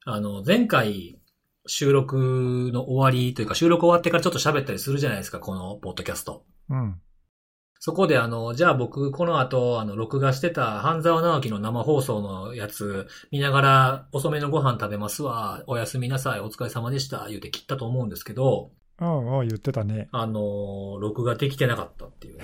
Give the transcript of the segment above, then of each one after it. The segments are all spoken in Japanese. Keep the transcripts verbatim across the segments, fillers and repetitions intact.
あの、前回収録の終わりというか収録終わってからちょっと喋ったりするじゃないですか、このポッドキャスト。 うん。 そこであの、じゃあ僕この後、あの、録画してた半沢直樹の生放送のやつ見ながら遅めのご飯食べますわ、おやすみなさい、お疲れ様でした、言うて切ったと思うんですけど、 うんうん、言ってたね。 あの、録画できてなかったっていうね。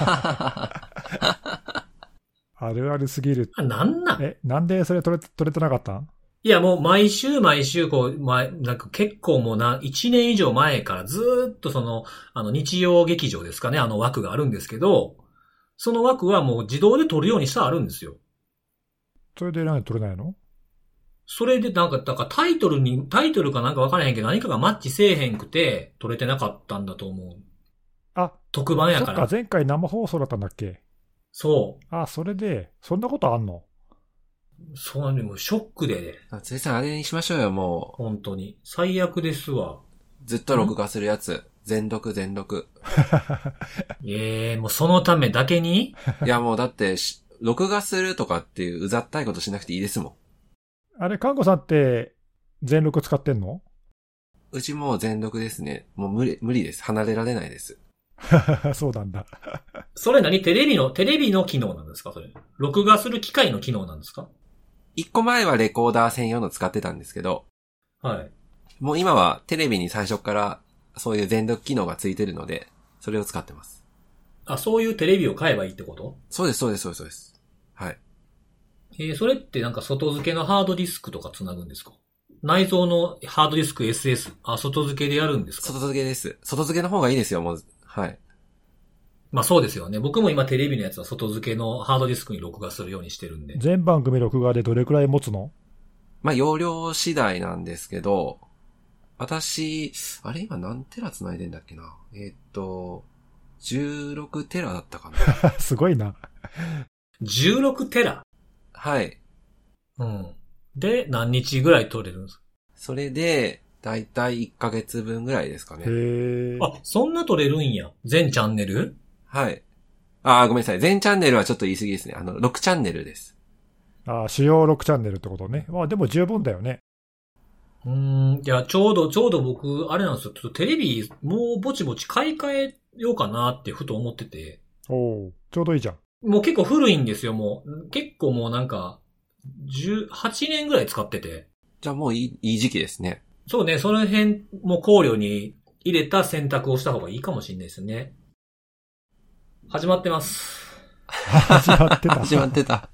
あるあるすぎる。 あ、なんなん？ え、なんでそれ撮れ、撮れてなかったん？ いや、もう毎週毎週こう、ま、なんか結構もうな、一年以上前からずーっとその、あの日曜劇場ですかね、あの枠があるんですけど、その枠はもう自動で撮るようにしてあるんですよ。 それでなんで撮れないの？ それでなんか、だからタイトルに、タイトルかなんかわからへんけど何かがマッチせえへんくて撮れてなかったんだと思う。 あ、 特番やから。 そっか、前回生放送だったんだっけ？ そう。 あ、それで、そんなことあんの？ そうなんで、もうショックでね。 あ、ついさんあれにしましょうよ、もう。本当に。最悪ですわ。 ずっと録画するやつ。全録全録。 ええー、もうそのためだけに？ いやもうだって、録画するとかっていううざったいことしなくていいですもん。 あれ、看護さんって全録使ってんの？ うちもう全録ですね。もう無理、無理です。離れられないです。 そうなんだ。 それ何？テレビの、テレビの機能なんですかそれ。録画する機械の機能なんですか？ 一個前はレコーダー専用の使ってたんですけど。 はい。 もう今はテレビに最初からそういう全録機能がついてるので、それを使ってます。 あ、そういうテレビを買えばいいってこと？ そうです、そうです、そうです、そうです。はい。 えー、それってなんか外付けのハードディスクとかつなぐんですか？内蔵のハードディスク エスエス。あ、外付けでやるんですか？ 外付けです。外付けの方がいいですよ、もう。はい。 まあそうですよね。僕も今テレビのやつは外付けのハードディスクに録画するようにしてるんで。 全番組録画でどれくらい持つの？ まあ容量次第なんですけど、私、あれ今何テラ繋いでんだっけな？えー、っと、じゅうろくテラだったかな。 すごいな。 じゅうろくテラ？ はい。 うん。で、何日ぐらい取れるんですか？ それで、だいたいいっかげつぶんぐらいですかね。 へー。 あ、そんな取れるんや。全チャンネル？ はい。あー、ごめんなさい。全チャンネルはちょっと言い過ぎですね。あの、ろくチャンネルです。 あ、主要ろくチャンネルってことね。まあでも十分だよね。 うーん。いや、ちょうど、ちょうど僕、あれなんですよ。ちょっとテレビ、もうぼちぼち買い替えようかなってふと思ってて。 おー、ちょうどいいじゃん。 もう結構古いんですよ、もう。結構もうなんか、じゅうはちねんぐらい使ってて。 じゃあもういい、いい時期ですね。 そうね、その辺も考慮に入れた選択をした方がいいかもしれないですね。始まってます。 始まってた。 始まってた。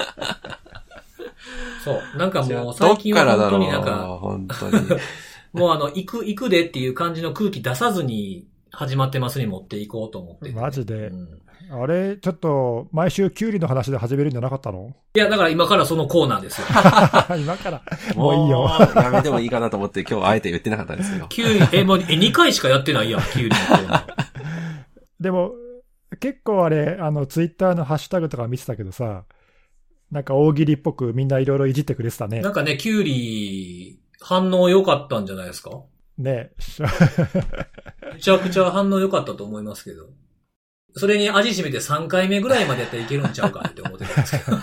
そう。なんかもう最近は本当になんか、 本当に。 もうあの、行く、行くでっていう感じの空気出さずに始まってますに持っていこうと思ってて、ね。 マジで。 うん、 あれ、ちょっと、毎週キュウリの話で始めるんじゃなかったの？ いや、だから今からそのコーナーですよ。 今から。もういいよ。 やめてもいいかなと思って今日あえて言ってなかったんですよ。 キュウリ、え、もう、え、にかいしかやってないやん、キュウリのコーナー。 でも、結構あれ、あの、ツイッターのハッシュタグとか見てたけどさ、なんか大喜利っぽくみんないろいろいじってくれてたね。 なんかね、キュウリ、反応良かったんじゃないですか？ ねめちゃくちゃ反応良かったと思いますけど。それに味しめてさんかいめぐらいまでやったらいけるんちゃうかって思ってたんですけど。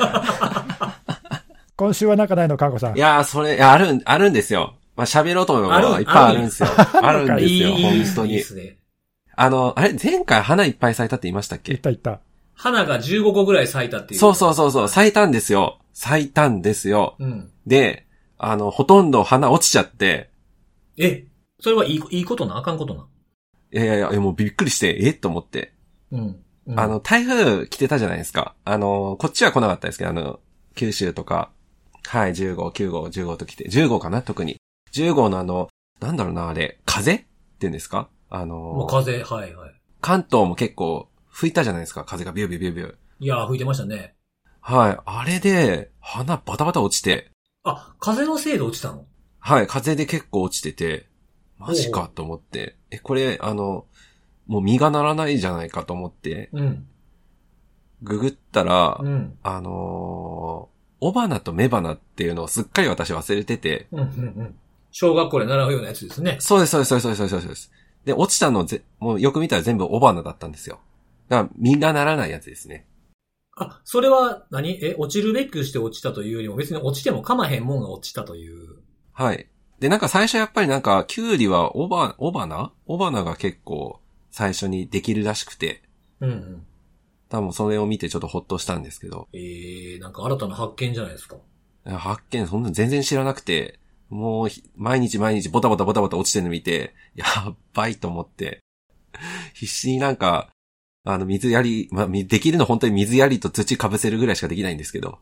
今週はなんかないの、看護さん。 いやー、それ、いや、あるん、あるんですよ。まあ、喋ろうと思えばいっぱいあるんですよ。あるんですよ、本当に。いいですね。あの、あれ、前回花いっぱい咲いたって言いましたっけ？ 言った言った。 花がじゅうごこぐらい咲いたっていう。 そうそうそうそう、咲いたんですよ。咲いたんですよ。うん、で、あの、ほとんど花落ちちゃって。 え、それはいい、いいことな、あかんことな。 いやいやいや、もうびっくりして、えと思って。うんうん、あの、台風来てたじゃないですか。あの、こっちは来なかったですけど、あの、九州とか、はい、じゅうご、きゅうご、じゅうごと来て、じゅうごかな特に。じゅうごのあの、なんだろうな、あれ、風って言うんですか？あの、 もう風、はいはい。 関東も結構吹いたじゃないですか、風がビュービュービュービュー。 いやー、吹いてましたね。 はい、あれで、花バタバタ落ちて。 あ、風のせいで落ちたの？ はい、風で結構落ちてて、マジかと思って。え、これ、あの、もう実がならないじゃないかと思って、うん、ググったら、うん、あのー、雄花と雌花っていうのをすっかり私忘れてて、 うんうんうん、小学校で習うようなやつですね。 そうです、そうです、そうです、そうです、そうです。で、落ちたのぜ、もうよく見たら全部雄花だったんですよ。だから実がならないやつですね。 あ、それは何、え、落ちるべくして落ちたというよりも別に落ちてもかまへんもんが落ちたという。 はい。で、なんか最初やっぱりなんか、キュウリはオバ、オバナオバナが結構最初にできるらしくて。 うんうん。 多分それを見てちょっとホッとしたんですけど。 えー、なんか新たな発見じゃないですか。 発見、そんな全然知らなくて、もう毎日毎日ボタボタボタボタ落ちてるの見て、やばいと思って、必死になんか、あの、水やり、まあ、できるの本当に水やりと土被せるぐらいしかできないんですけど。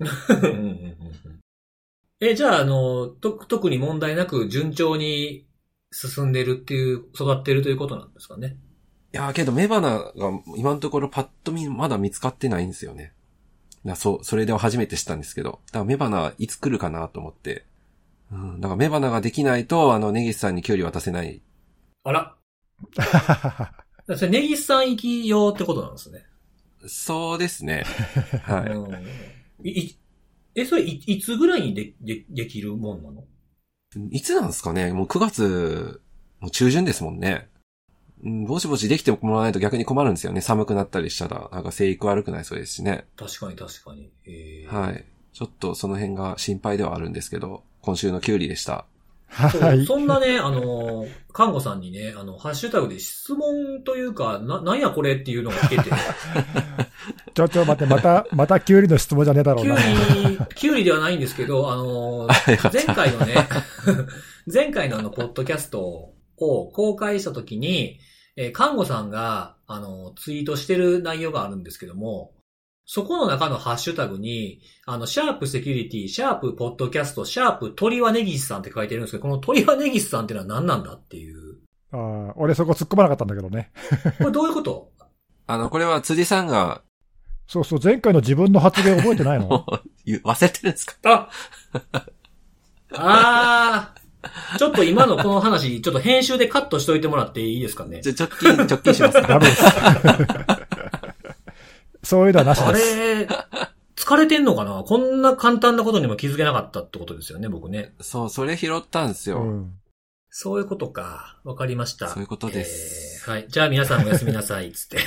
え、じゃあ、あの、と、特に問題なく順調に進んでるっていう、育ってるということなんですかね。 いやーけど、雌花が今のところパッと見まだ見つかってないんですよね。そう、それでは初めて知ったんですけど。だから雌花いつ来るかなと思って。うん、だから雌花ができないと、あの、根岸さんに距離渡せない。 あら。それ、根岸さん行き用ってことなんですね。 そうですね。はい。うん、 いえ、それい、いつぐらいにで、で、できるもんなの？ いつなんですかね？もうくがつ、もう中旬ですもんね。うん、ぼちぼちできてもらわないと逆に困るんですよね。寒くなったりしたら、なんか生育悪くないそうですしね。 確かに確かに。へー、 はい。ちょっとその辺が心配ではあるんですけど、今週のキュウリでした。 はい。そんなね、あの、看護さんにね、あの、ハッシュタグで質問というか、な、なんやこれっていうのが来てて。 ちょ、ちょ、待って、また、またキュウリの質問じゃねえだろうな。 キュウリ、キュウリではないんですけど、あの、前回のね、前回のあの、ポッドキャストを公開したときに、えー、看護さんが、あの、ツイートしてる内容があるんですけども、そこの中のハッシュタグに、あの、シャープセキュリティ、シャープポッドキャスト、シャープ鳥は根岸さんって書いてるんですけど、この鳥は根岸さんっていうのは何なんだっていう。 ああ、俺そこ突っ込まなかったんだけどね。 これどういうこと？ あの、これは辻さんが。 そうそう、前回の自分の発言覚えてないの？ 忘れてるんですか？ ああー、ちょっと今のこの話、ちょっと編集でカットしといてもらっていいですかね？ じゃ、直近、直近しますか？ダメです。 そういうのはなしです。 あれ、疲れてんのかな？こんな簡単なことにも気づけなかったってことですよね、僕ね。 そう、それ拾ったんですよ。うん、 そういうことか。わかりました。 そういうことです。 えー、はい。じゃあ皆さんおやすみなさい、つって。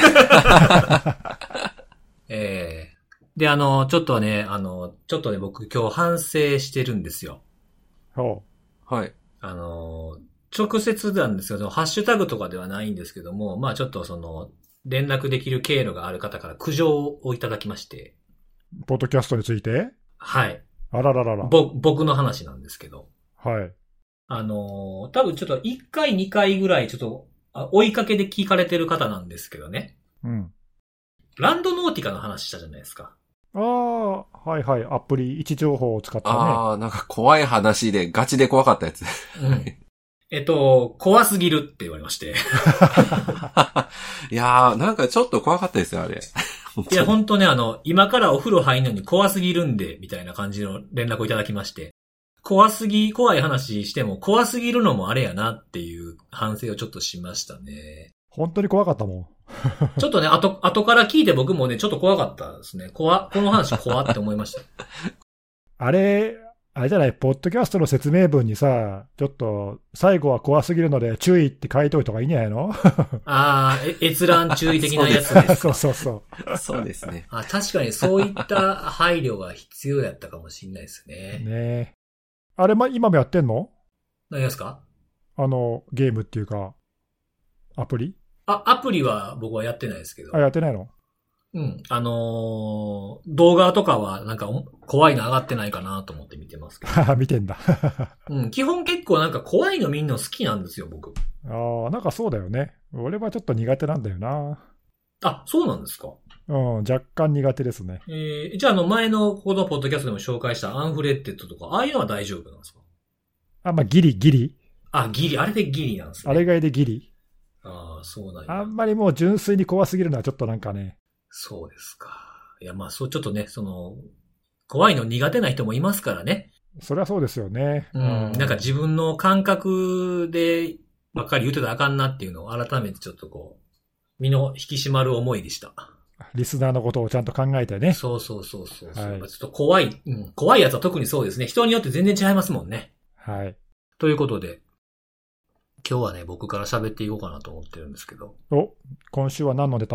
えー、で、あの、ちょっとね、あの、ちょっとね、僕今日反省してるんですよ。 ほう。はい。 あの、直接なんですけど、ハッシュタグとかではないんですけども、まあちょっとその、連絡できる経路がある方から苦情をいただきまして。 ポッドキャストについて？ はい。 あらららら。 ぼ、僕の話なんですけど。 はい。 あの、多分ちょっといっかいにかいぐらいちょっと追いかけで聞かれてる方なんですけどね。 うん。 ランドノーティカの話したじゃないですか。 ああ、はいはい。アプリ位置情報を使ったね。 ああ、なんか怖い話でガチで怖かったやつ。 うん。えっと、怖すぎるって言われまして。 いやー、なんかちょっと怖かったですよ、あれ。 いや、ほんとね、あの、今からお風呂入るのに怖すぎるんで、みたいな感じの連絡をいただきまして。怖すぎ、怖い話しても怖すぎるのもあれやなっていう反省をちょっとしましたね。 本当に怖かったもん。 ちょっとね、後、後から聞いて僕もね、ちょっと怖かったですね。怖、この話怖って思いました。 あれ、あれじゃない、ポッドキャストの説明文にさ、ちょっと、最後は怖すぎるので注意って書いておいた方がいいんじゃないの？ ああ、閲覧注意的なやつですか。 そうそうそう。 そうですね。 あ、確かにそういった配慮が必要やったかもしれないですね。 ね。あれ、ま、今もやってんの？ 何ですか？ あの、ゲームっていうか、アプリ？ あ、アプリは僕はやってないですけど。 あ、やってないの？ うん。あのー、動画とかはなんか怖いの上がってないかなと思って見てますけど。 見てんだ。 うん。基本結構なんか怖いの見んの好きなんですよ、僕。 ああ、なんかそうだよね。俺はちょっと苦手なんだよな。 あ、そうなんですか？ うん、若干苦手ですね。 えー、じゃああの前のこのポッドキャストでも紹介したアンフレッテッドとか、ああいうのは大丈夫なんですか？ あ、まあ、ギリギリ。 あ、ギリ、あれでギリなんですね。 あれがいでギリ。 ああ、そうなんや。 あんまりもう純粋に怖すぎるのはちょっとなんかね。 そうですか。いや、まあ、そう、ちょっとね、その、怖いの苦手な人もいますからね。 そりゃそうですよね。 うん。なんか自分の感覚でばっかり言ってたらあかんなっていうのを改めてちょっとこう、身の引き締まる思いでした。 リスナーのことをちゃんと考えてね。 そうそうそうそう、はい。ちょっと怖い、うん、怖いやつは特にそうですね。人によって全然違いますもんね。 はい。 ということで、今日はね、僕から喋っていこうかなと思ってるんですけど。 お、今週は何のネタを？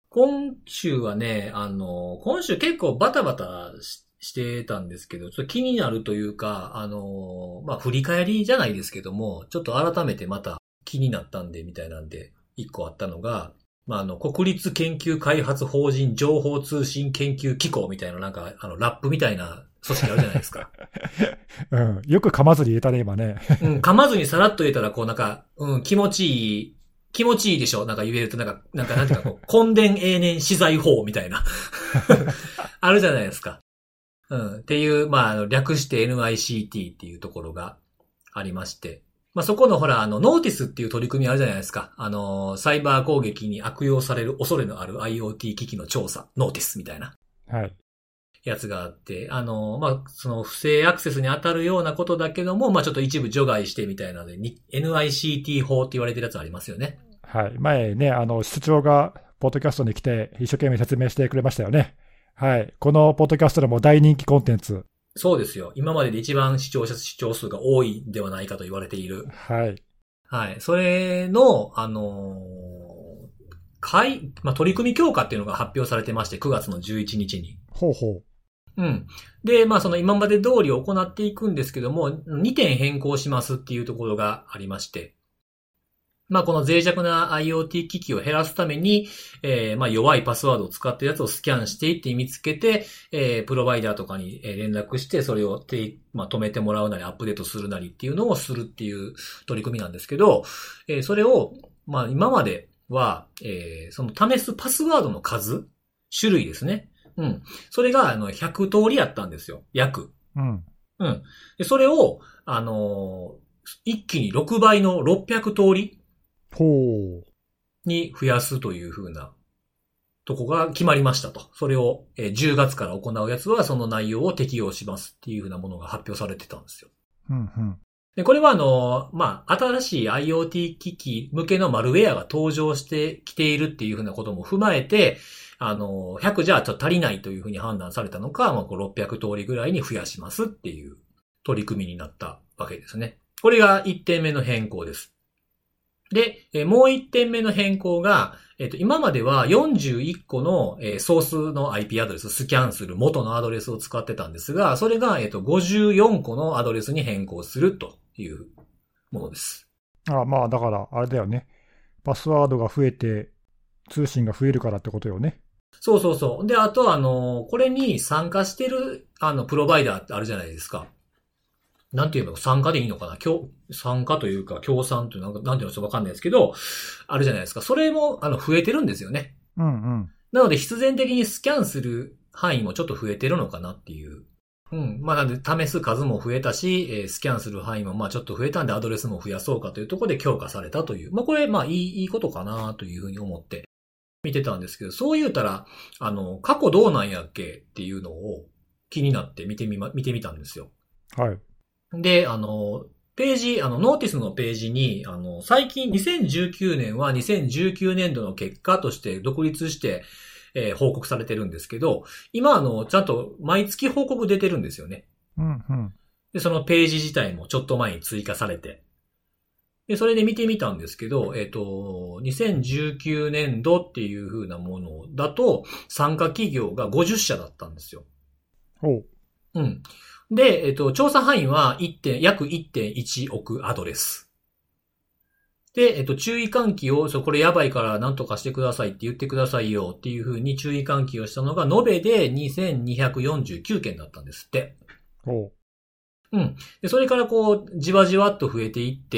今週はね、あの、今週結構バタバタし、してたんですけど、ちょっと気になるというか、あの、まあ、振り返りじゃないですけども、ちょっと改めてまた気になったんで、みたいなんで、一個あったのが、まあ、あの、国立研究開発法人情報通信研究機構みたいな、なんか、あの、ラップみたいな組織あるじゃないですか。 うん。よく噛まずに言えたね、今ね。 うん、噛まずにさらっと言えたら、こうなんか、うん、気持ちいい、気持ちいいでしょなんか言えると、なんか、なんか、なんていうか、こう、根伝永年資材法みたいな。あるじゃないですか。うん。っていう、まあ、あの略して エヌアイシーティー っていうところがありまして。まあ、そこのほら、あの、ノーティスっていう取り組みあるじゃないですか。あの、サイバー攻撃に悪用される恐れのある IoT 機器の調査、ノーティスみたいな。 はい。 やつがあって、あの、まあ、その不正アクセスに当たるようなことだけども、まあ、ちょっと一部除外してみたいなので、エヌアイシーティー 法って言われてるやつありますよね。 はい。前ね、あの、室長が、ポッドキャストに来て、一生懸命説明してくれましたよね。はい。このポッドキャストでも大人気コンテンツ。 そうですよ。今までで一番視聴者、視聴数が多いんではないかと言われている。 はい。 はい。それの、あのー、会、まあ、取り組み強化っていうのが発表されてまして、くがつのじゅういちにちに。 ほうほう。 うん。で、まあ、その今まで通り行っていくんですけども、にてん変更しますっていうところがありまして。まあ、この脆弱な IoT 機器を減らすために、えー、まあ、弱いパスワードを使っているやつをスキャンしていって見つけて、えー、プロバイダーとかに連絡して、それをて、まあ、止めてもらうなり、アップデートするなりっていうのをするっていう取り組みなんですけど、えー、それを、まあ、今までは、えー、その試すパスワードの数、種類ですね。うん。それが、あの、ひゃくとおりやったんですよ。約。 うん。 うん。で、それを、あのー、一気にろくばいのろっぴゃくとおりほう。 に増やすという風なとこが決まりましたと。それをじゅうがつから行うやつはその内容を適用しますっていう風なものが発表されてたんですよ。 うんうん。 で、これはあの、まあ、新しい IoT 機器向けのマルウェアが登場してきているっていう風なことも踏まえて、あの、ひゃくじゃあちょっと足りないという風に判断されたのか、まあ、ろっぴゃくとおりぐらいに増やしますっていう取り組みになったわけですね。これがいってんめの変更です。で、えー、もういってんめの変更が、えっと、今まではよんじゅういっこの、えー、ソースの アイピー アドレス、スキャンする元のアドレスを使ってたんですが、それが、えっと、ごじゅうよんこのアドレスに変更するというものです。 ああ、まあ、だから、あれだよね。パスワードが増えて、通信が増えるからってことよね。 そうそうそう。で、あと、あの、これに参加してる、あの、プロバイダーってあるじゃないですか。なんていうの参加でいいのかな協参加というか、協賛というのか、なんていうのかわかんないですけど、あるじゃないですか。それも、あの、増えてるんですよね。 うんうん。 なので、必然的にスキャンする範囲もちょっと増えてるのかなっていう。うん。まあ、なんで、試す数も増えたし、えー、スキャンする範囲も、まあ、ちょっと増えたんで、アドレスも増やそうかというところで強化されたという。まあ、これ、まあ、いい、いいことかなというふうに思って見てたんですけど、そう言うたら、あの、過去どうなんやっけっていうのを気になって見てみま、見てみたんですよ。 はい。 で、あの、ページ、あの、ノーティスのページに、あの、最近にせんじゅうきゅうねんはにせんじゅうきゅうねんどの結果として独立して、えー、報告されてるんですけど、今あの、ちゃんと毎月報告出てるんですよね。 うんうん。 で、そのページ自体もちょっと前に追加されて。で、それで見てみたんですけど、えっと、にせんじゅうきゅうねんどっていう風なものだと、参加企業がごじゅっしゃだったんですよ。 ほう。 うん。で、えっと、調査範囲は1点、約 いってんいちおくアドレス。で、えっと、注意喚起を、そう、これやばいから何とかしてくださいって言ってくださいよっていう風に注意喚起をしたのが、延べでにせんにひゃくよんじゅうきゅうけんだったんですって。 ほう。うん。で、それからこう、じわじわっと増えていって、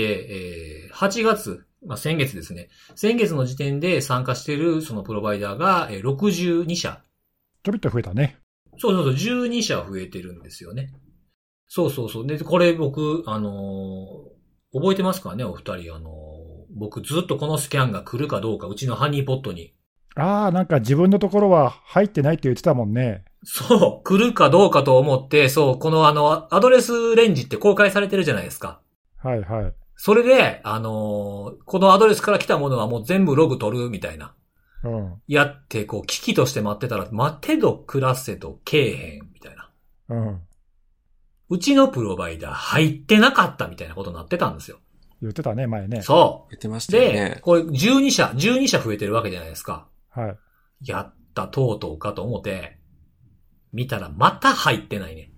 えー、はちがつ、まあ、先月ですね。先月の時点で参加しているそのプロバイダーが、えー、ろくじゅうにしゃ。 ちょびっと増えたね。 そうそうそう、じゅうにしゃ増えてるんですよね。そうそうそう。で、これ僕、あのー、覚えてますかね、お二人。あのー、僕ずっとこのスキャンが来るかどうか、うちのハニーポットに。 ああ、なんか自分のところは入ってないって言ってたもんね。 そう、来るかどうかと思って、そう、このあの、アドレスレンジって公開されてるじゃないですか。 はいはい。 それで、あのー、このアドレスから来たものはもう全部ログ取るみたいな。 うん。 やって、こう、機器として待ってたら、待てど暮らせとけえへん、みたいな。 うん。 うちのプロバイダー入ってなかったみたいなことになってたんですよ。 言ってたね、前ね。 そう。 言ってましたよね。 で、これじゅうにしゃ、じゅうにしゃ増えてるわけじゃないですか。 はい。 やった、とうとうかと思って、見たらまた入ってないね。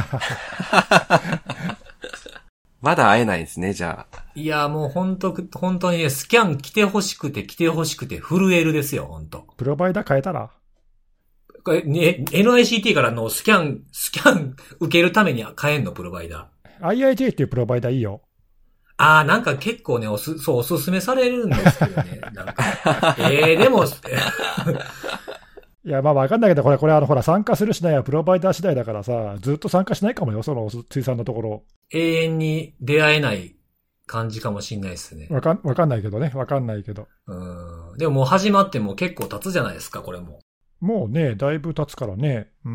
まだ会えないですね、じゃあ。 いや、もう本当、本当にね、スキャン来て欲しくて来て欲しくて震えるですよ、本当。 プロバイダー変えたらこれ、ね、エヌアイシーティー からのスキャン、スキャン受けるために変えんの、プロバイダー。アイアイジェー っていうプロバイダーいいよ。 ああ、なんか結構ね、おす、そう、おすすめされるんですけどね。なんか。ええー、でも、 いや、まあわかんないけど、これ、これあの、ほら、参加するしないはプロバイダー次第だからさ、ずっと参加しないかもよ、その、ついさんのところ。 永遠に出会えない感じかもしんないですね。 わかん、わかんないけどね、わかんないけど。 うん。でももう始まっても結構経つじゃないですか、これも。 もうね、だいぶ経つからね。うん。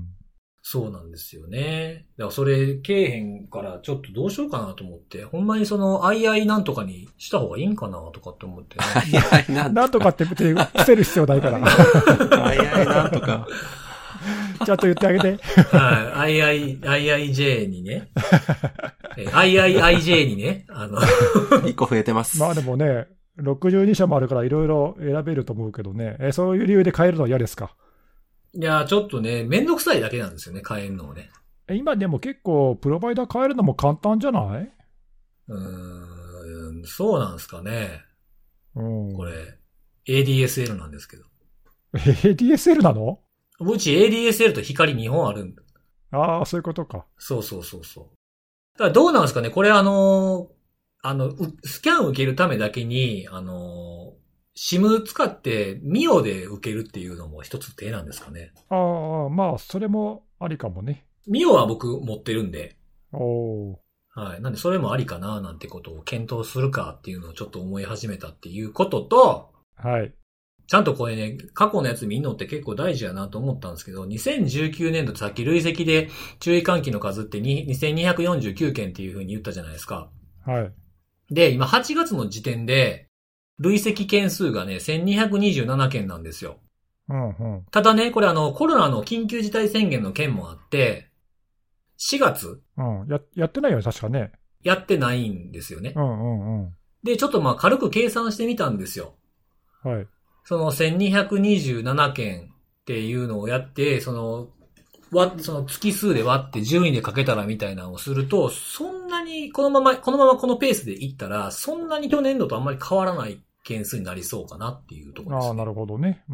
そうなんですよね。だからそれ、けえへんからちょっとどうしようかなと思って、ほんまにその、あいあいなんとかにした方がいいんかなとかって思って、ね。 あいあいなんとか。 なんとかって伏せる必要ないから。 あいあいなんとか。 ちゃんと言ってあげて。 はい。アイアイ、アイアイジェー にね。アイアイアイジェー にね。あの。 一個増えてます。 まあでもね、ろくじゅうに社もあるからいろいろ選べると思うけどね。え、そういう理由で変えるのは嫌ですか？ いや、ちょっとね、めんどくさいだけなんですよね、変えるのをね。 今でも結構、プロバイダー変えるのも簡単じゃない？ うーん、そうなんですかね。 うん。 これ、エーディーエスエル なんですけど。 エーディーエスエル なの？ うち エーディーエスエル と光にほんあるんだ。 ああ、そういうことか。 そうそうそうそう。だからどうなんですかね、これあの、あの、スキャン受けるためだけに、あの、シム 使ってミオで受けるっていうのも一つ手なんですかね。 ああ、まあ、それもありかもね。 ミオは僕持ってるんで。 おー。 はい。なんでそれもありかななんてことを検討するかっていうのをちょっと思い始めたっていうことと、 はい。 ちゃんとこれね、過去のやつ見んのって結構大事やなと思ったんですけど、にせんじゅうきゅうねんどってさっき累積で注意喚起の数ってにせんにひゃくよんじゅうきゅうけんっていう風に言ったじゃないですか。 はい。 で、今はちがつの時点で、累積件数がね、せんにひゃくにじゅうななけんなんですよ。 うんうん。 ただね、これあの、コロナの緊急事態宣言の件もあって、しがつうん。や、やってないよね、確かね。 やってないんですよね。 うんうんうん。で、 ちょっとまあ軽く計算してみたんですよ。 はい。 そのせんにひゃくにじゅうななけんっていうのをやって、その、わ、その月数で割って順位でかけたらみたいなのをすると、そんなに、このまま、このままこのペースでいったら、そんなに去年度とあんまり変わらない件数になりそうかなっていうところです、ね。 ああ、なるほどね。うん。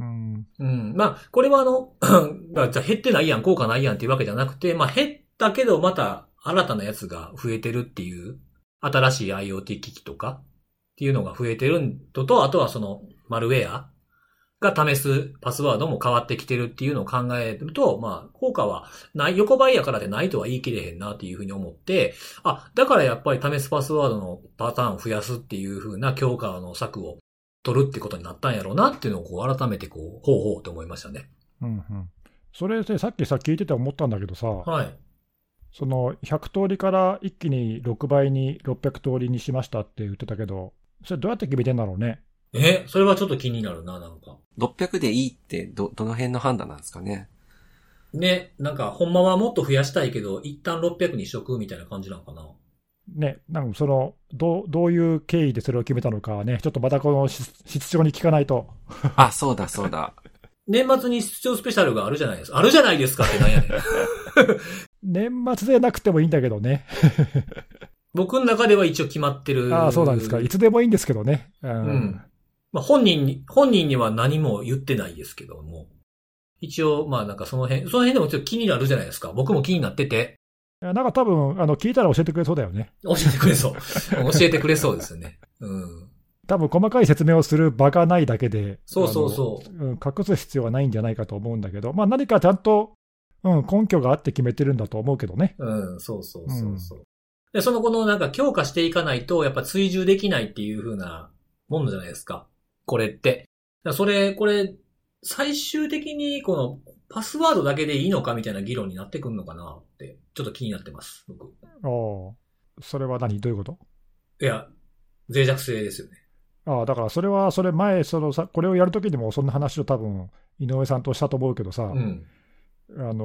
うん。まあ、これはあの、じゃあ減ってないやん、効果ないやんっていうわけじゃなくて、まあ減ったけどまた新たなやつが増えてるっていう、新しい IoT 機器とかっていうのが増えてるのと、あとはその、マルウェアが試すパスワードも変わってきてるっていうのを考えると、まあ、効果はない、横ばいやからでないとは言い切れへんなっていうふうに思って、あ、だからやっぱり試すパスワードのパターンを増やすっていうふうな強化の策を取るってことになったんやろうなっていうのをこう改めてこう、ほうほうと思いましたね。 うんうん。それでさっきさ、聞いてて思ったんだけどさ、 はい。 そのひゃくとおりから一気にろくばいにろっぴゃくとおりにしましたって言ってたけど、それどうやって決めてんだろうね。 え、それはちょっと気になるな、なんか。 ろっぴゃくでいいってど、どの辺の判断なんですかね。 ね、なんか、ほんまはもっと増やしたいけど、一旦ろっぴゃくにしとくみたいな感じなのかな。 ね、なんかその、どう、どういう経緯でそれを決めたのかね、ちょっとまたこの室長に聞かないと。 あ、そうだそうだ。 年末に室長スペシャルがあるじゃないですか。あるじゃないですかってなんやねん。 年末でなくてもいいんだけどね。 僕の中では一応決まってる。 ああ、そうなんですか。いつでもいいんですけどね。うん。 うん、まあ、本人に、本人には何も言ってないですけども。一応、まあなんかその辺、その辺でもちょっと気になるじゃないですか。僕も気になってて。 なんか多分、あの、聞いたら教えてくれそうだよね。 教えてくれそう。教えてくれそうですよね。うん。 多分細かい説明をする場がないだけで、 そうそうそう。 うん、隠す必要はないんじゃないかと思うんだけど、まあ何かちゃんと、うん、根拠があって決めてるんだと思うけどね。 うん、そうそうそうそう。うん、で、そのこのなんか強化していかないと、やっぱ追従できないっていう風なものじゃないですか。これって。それ、これ、最終的にこのパスワードだけでいいのかみたいな議論になってくるのかなって、ちょっと気になってます、僕。 ああ、それは何？どういうこと？ いや、脆弱性ですよね。 ああ、だからそれは、それ前、そのさ、これをやるときにもそんな話を多分、井上さんとしたと思うけどさ、 うん、 あの、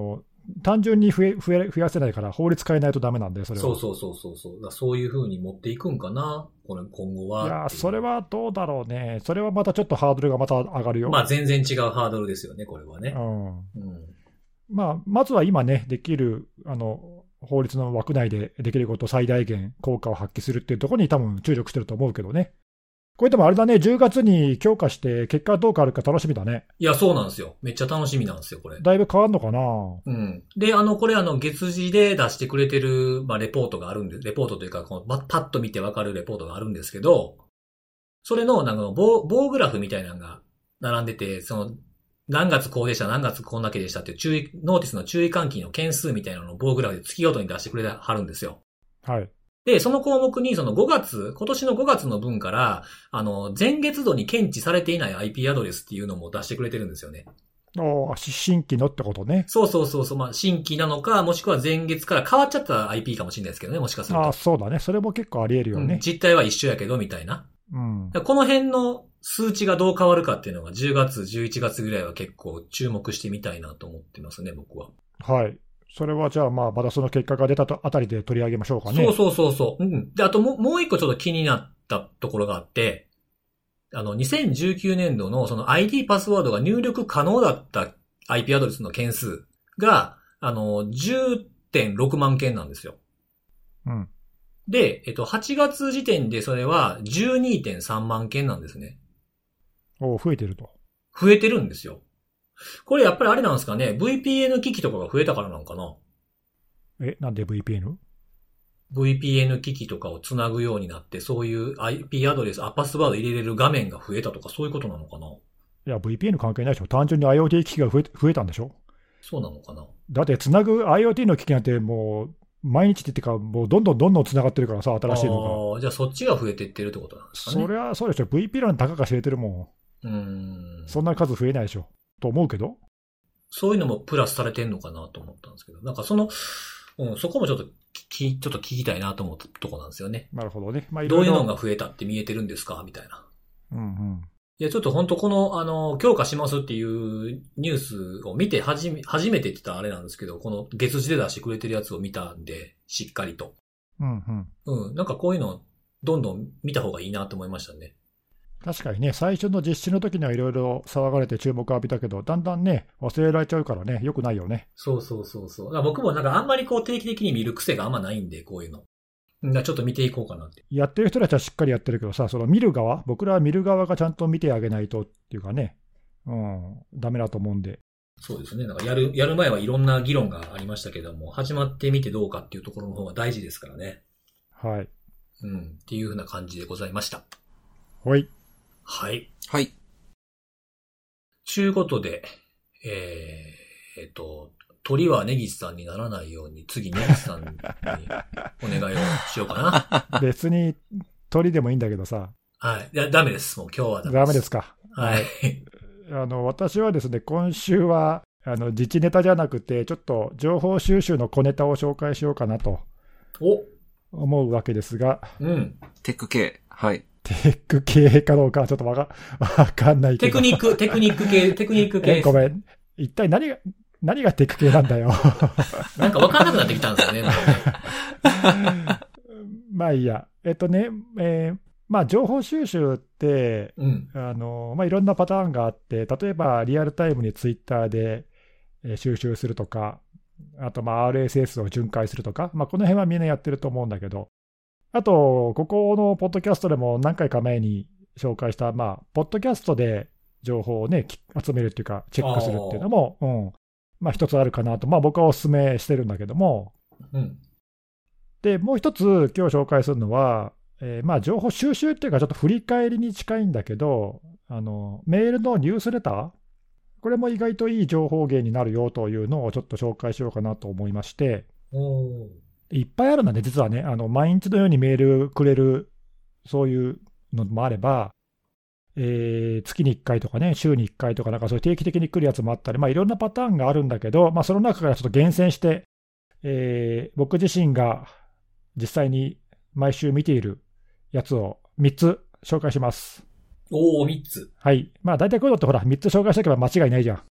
単純に増え、増え、増やせないから法律変えないとダメなんで、それは。 そうそうそうそうそう。だそういう風に持っていくんかな、これ今後は。 いや、それはどうだろうね。それはまたちょっとハードルがまた上がるよ。 まあ全然違うハードルですよね、これはね。 うん。 うん、 まあ、まずは今ね、できる、あの、法律の枠内でできることを最大限効果を発揮するっていうところに多分注力してると思うけどね。これでもあれだね、じゅうがつに強化して結果どう変わるか楽しみだね。 いや、そうなんですよ。めっちゃ楽しみなんですよ、これ。 だいぶ変わるのかな。 うん。で、あの、これあの、月次で出してくれてる、まあ、レポートがあるんで、レポートというか、このパッと見てわかるレポートがあるんですけど、それの、なんか棒、棒グラフみたいなのが並んでて、その、何月こうでした、何月こんだけでしたっていう注意、ノーティスの注意喚起の件数みたいなのを棒グラフで月ごとに出してくれはるんですよ。 はい。 で、その項目にそのごがつ、今年のごがつの分から、あの、前月度に検知されていない アイピー アドレスっていうのも出してくれてるんですよね。 お新規のってことね。 そうそうそうそう、まあ、新規なのか、もしくは前月から変わっちゃった アイピー かもしれないですけどね、もしかすると。 ああ、そうだね。それも結構あり得るよね。 うん、実態は一緒やけど、みたいな。 うん。 この辺の数値がどう変わるかっていうのがじゅうがつ、じゅういちがつぐらいは結構注目してみたいなと思ってますね、僕は。 はい。それはじゃあまあ、まだその結果が出たとあたりで取り上げましょうかね。 そうそうそうそう。うん。で、あともう、もう一個ちょっと気になったところがあって、あの、にせんじゅうきゅうねんどのその アイディー パスワードが入力可能だった アイピー アドレスの件数が、あの、じゅうてんろくまんけんなんですよ。 うん。 で、えっと、はちがつ時点でそれは じゅうにてんさんまんけんなんですね。 お増えてると。 増えてるんですよ。これやっぱりあれなんですかね、ブイピーエヌ 機器とかが増えたからなのかな。 え、なんで ブイピーエヌ？ ブイピーエヌ 機器とかをつなぐようになって、そういう アイピー アドレス、あ、パスワード入れれる画面が増えたとか、そういうことなのかな。 いや、ブイピーエヌ 関係ないでしょ。単純に IoT 機器が増え、増えたんでしょ。 そうなのかな。 だってつなぐ IoT の機器なんてもう、毎日って言ってか、もうどんどんどんどんつながってるからさ、新しいのが。 ああ、じゃあそっちが増えていってるってことなんですかね。 そりゃそうでしょ。ブイピーエヌ のたかが知れてるもん。うーん。 そんな数増えないでしょ。と思うけど。 そういうのもプラスされてんのかなと思ったんですけど、なんかその、うん、そこもちょっとき、ちょっと聞きたいなと思ったとこなんですよね。 なるほどね。まあ、 どういうのが増えたって見えてるんですかみたいな。 うんうん。 いや、ちょっと本当この、あの、強化しますっていうニュースを見て、はじめ、初めてって言ったらあれなんですけど、この月次で出してくれてるやつを見たんで、しっかりと。 うんうん。 うん、なんかこういうの、どんどん見た方がいいなと思いましたね。 確かにね、最初の実施の時にはいろいろ騒がれて注目を浴びたけど、だんだんね、忘れられちゃうからね、良くないよね。 そうそうそうそう。だから僕もなんかあんまりこう定期的に見る癖があんまないんで、こういうの。だからちょっと見ていこうかなって。 やってる人たちはしっかりやってるけどさ、その見る側、僕らは見る側がちゃんと見てあげないとっていうかね、うん、ダメだと思うんで。 そうですね。なんかやる、やる前はいろんな議論がありましたけども、始まってみてどうかっていうところの方が大事ですからね。 はい。 うん。っていうふうな感じでございました。 はい。 はい。 はい。 ちゅうことで、えー、えっと、鳥は根岸さんにならないように、次根岸さんにお願いをしようかな。別に鳥でもいいんだけどさ。 はい。いや、ダメです。もう今日はダメです。 ダメですか。 はい。 あの、私はですね、今週は、あの、自治ネタじゃなくて、ちょっと情報収集の小ネタを紹介しようかなと。 お思うわけですが。 うん。 テック系。はい。 テック系かどうかちょっとわか、わかんないけど。 テクニック、テクニック系、テクニック系。 ごめん。一体何が、何がテック系なんだよ。 なんかわかんなくなってきたんですよね。 まあいいや。えっとね、えー、まあ情報収集って、 うん、 あの、まあいろんなパターンがあって、例えばリアルタイムにツイッターで収集するとか、あとまあ アールエスエス を巡回するとか、まあこの辺はみんなやってると思うんだけど、あと、ここのポッドキャストでも何回か前に紹介した、まあ、ポッドキャストで情報をね、集めるっていうか、チェックするっていうのも、うん、まあ一つあるかなと、まあ僕はお勧めしてるんだけども、 うん、 で、もう一つ今日紹介するのは、えー、まあ情報収集っていうかちょっと振り返りに近いんだけど、あの、メールのニュースレター、これも意外といい情報源になるよというのをちょっと紹介しようかなと思いまして、 おいっぱいあるんだね、実はね。あの、毎日のようにメールくれる、そういうのもあれば、えー、月にいっかいとかね、週にいっかいとか、なんかそういう定期的に来るやつもあったり、まあいろんなパターンがあるんだけど、まあその中からちょっと厳選して、えー、僕自身が実際に毎週見ているやつをみっつ紹介します。 おー、みっつ。 はい。まあ大体こういうのってほら、みっつ紹介しておけば間違いないじゃん。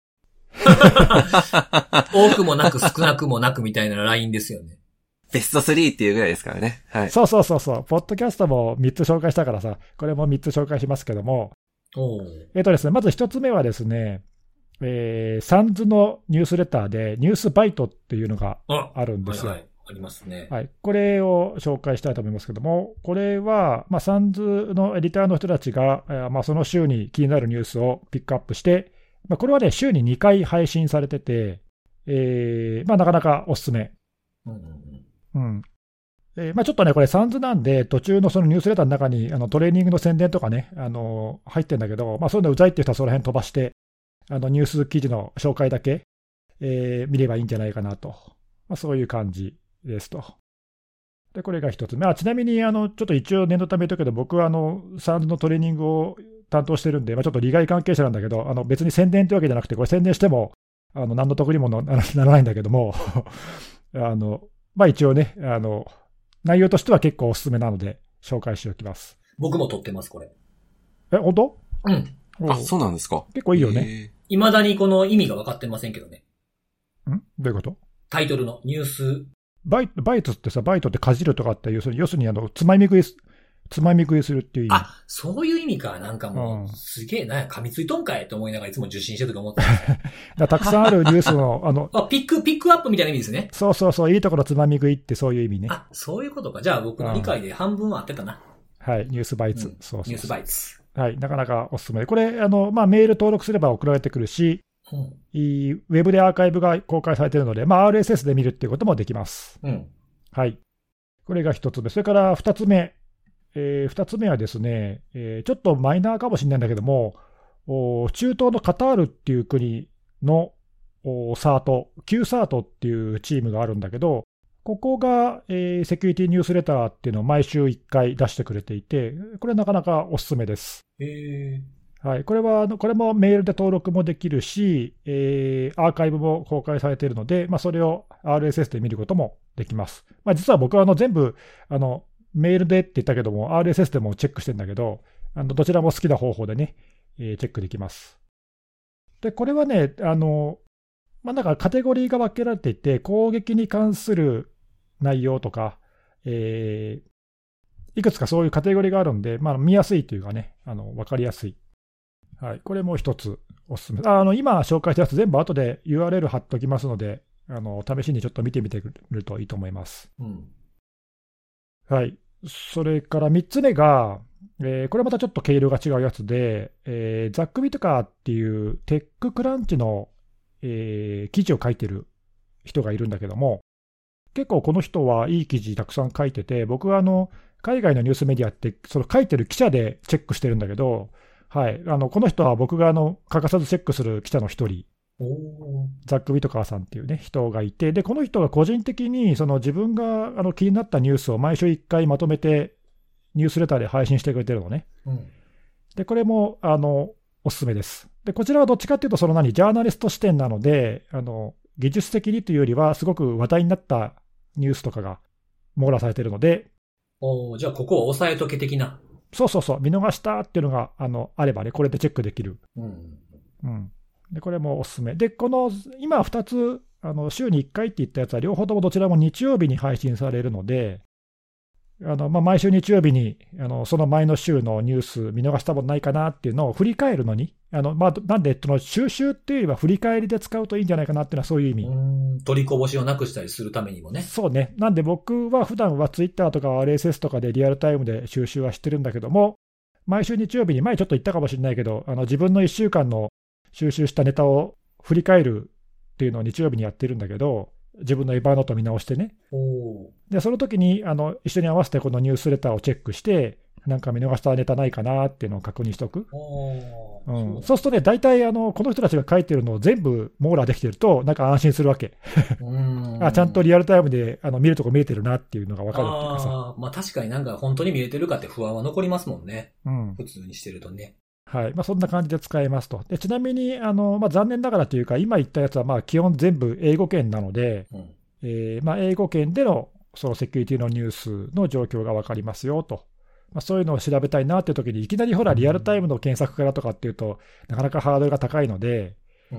多くもなく少なくもなくみたいなラインですよね。 ベストスリーっていうぐらいですからね。はい。 そうそうそうそう。ポッドキャストもみっつ紹介したからさ、これもみっつ紹介しますけども。 おえっとですね、まずひとつめはですね、えー、サンズのニュースレターで、ニュースバイトっていうのがあるんですよ。 はいはい、ありますね。 はい。これを紹介したいと思いますけども、これは、まあ、サンズのエディターの人たちが、えーまあ、その週に気になるニュースをピックアップして、まあ、これはね、週ににかい配信されてて、えーまあ、なかなかおすすめ。 うんうんうんえーまあ、ちょっとね、これ、サンズなんで、途中のそのニュースレターの中にあのトレーニングの宣伝とかね、あの入ってるんだけど、まあ、そういうのうざいっていう人はその辺飛ばして、あのニュース記事の紹介だけ、えー見ればいいんじゃないかなと、まあ、そういう感じですと。で、これが一つ目。あちなみに、あのちょっと一応念のため言うとけど、僕はあのサンズのトレーニングを担当してるんで、まあ、ちょっと利害関係者なんだけど、あの別に宣伝ってわけじゃなくて、これ宣伝しても、あの何の得にもならないんだけども、あのまあ、一応ね、あの、内容としては結構おすすめなので、紹介しておきます。 僕も撮ってます、これ。 え、本当？ うん。 あ、そうなんですか。 結構いいよね。 未だにこの意味が分かってませんけどね。 ん？どういうこと？ タイトルのニュース。 バイト、バイトってさ、バイトってかじるとかって、要するに、要するにあの、つまみ食いす、つまみ食いするっていう意味。 あ、そういう意味か。なんかもう、うん、すげえな、噛みついとんかいと思いながらいつも受信してるとか思ってだたくさんあるニュースの、あの、 あ、ピック、ピックアップみたいな意味ですね。 そうそうそう、いいところつまみ食いってそういう意味ね。 あ、そういうことか。じゃあ僕の理解で半分は合ってたな。 はい、ニュースバイツ。 うん、 そうそうそう。 ニュースバイツ。 はい、なかなかおすすめで。これ、あの、まあ、メール登録すれば送られてくるし、うん、いいウェブでアーカイブが公開されているので、まあ、アールエスエス で見るっていうこともできます。 うん。 はい。これが一つ目。それから二つ目。えー、二つ目はですね、えー、ちょっとマイナーかもしれないんだけども、中東のカタールっていう国のサート、Q サートっていうチームがあるんだけど、ここが、えー、セキュリティニュースレターっていうのを毎週いっかい出してくれていて、これなかなかおすすめです。 へー。 はい、これは、これもメールで登録もできるし、えー、アーカイブも公開されているので、まあ、それを アールエスエス で見ることもできます。まあ、実は僕はあの全部あの、メールでって言ったけども、アールエスエス でもチェックしてるんだけど、あのどちらも好きな方法でね、えー、チェックできます。で、これはね、あの、まあ、なんかカテゴリーが分けられていて、攻撃に関する内容とか、えー、いくつかそういうカテゴリーがあるんで、まあ、見やすいというかね、あの分かりやすい。はい、これも一つおすすめ。あの今紹介したやつ全部後で ユーアールエル 貼っておきますので、あの試しにちょっと見てみてくれるといいと思います。 うん、 はい。それからみっつめが、えー、これまたちょっと毛色が違うやつで、えー、ザック・ビトカーっていうテッククランチの、えー、記事を書いてる人がいるんだけども、結構この人はいい記事たくさん書いてて、僕はあの海外のニュースメディアってその書いてる記者でチェックしてるんだけど、はい、あのこの人は僕があの欠かさずチェックする記者の一人、ザック・ウィトカーさんっていう、ね、人がいて、でこの人が個人的にその自分があの気になったニュースを毎週いっかいまとめて、ニュースレターで配信してくれてるのね。 うん、 でこれもあのおすすめです。でこちらはどっちかっていうと、その何、ジャーナリスト視点なので、あの技術的にというよりは、すごく話題になったニュースとかが網羅されているので、 おじゃあ、ここは押さえとけ的な。 そうそうそう、見逃したっていうのが あのあればね、これでチェックできる。 うんうん、でこれもおすすめ。で、この今ふたつ、あの週にいっかいって言ったやつは、両方ともどちらも日曜日に配信されるので、あのまあ、毎週日曜日にあのその前の週のニュース見逃したものないかなっていうのを振り返るのに、あのまあ、なんでその収集っていうよりは振り返りで使うといいんじゃないかなっていうのは、そういう意味。 うーん、取りこぼしをなくしたりするためにもね。 そうね。なんで僕は普段はツイッターとか アールエスエス とかでリアルタイムで収集はしてるんだけども、毎週日曜日に、前ちょっと言ったかもしれないけど、あの自分のいっしゅうかんの収集したネタを振り返るっていうのを日曜日にやってるんだけど、自分のエヴァーノート見直してね。 おで、その時にあの一緒に合わせてこのニュースレターをチェックして、なんか見逃したネタないかなっていうのを確認しておく。 おうん、そうするとね、大体あのこの人たちが書いてるのを全部網羅できてると、なんか安心するわけ。 うんあちゃんとリアルタイムであの見るとこ見えてるなっていうのが分かるっていうかさ。 あ、まあ、確かになんか本当に見えてるかって不安は残りますもんね。 うん、 普通にしてるとね。 はいまあ、そんな感じで使えますと。でちなみにあの、まあ、残念ながらというか、今言ったやつはまあ基本全部英語圏なので、 うんえーまあ、英語圏でのそのセキュリティのニュースの状況が分かりますよと。まあ、そういうのを調べたいなっていう時に、いきなりほらリアルタイムの検索からとかっていうと、なかなかハードルが高いので、 うん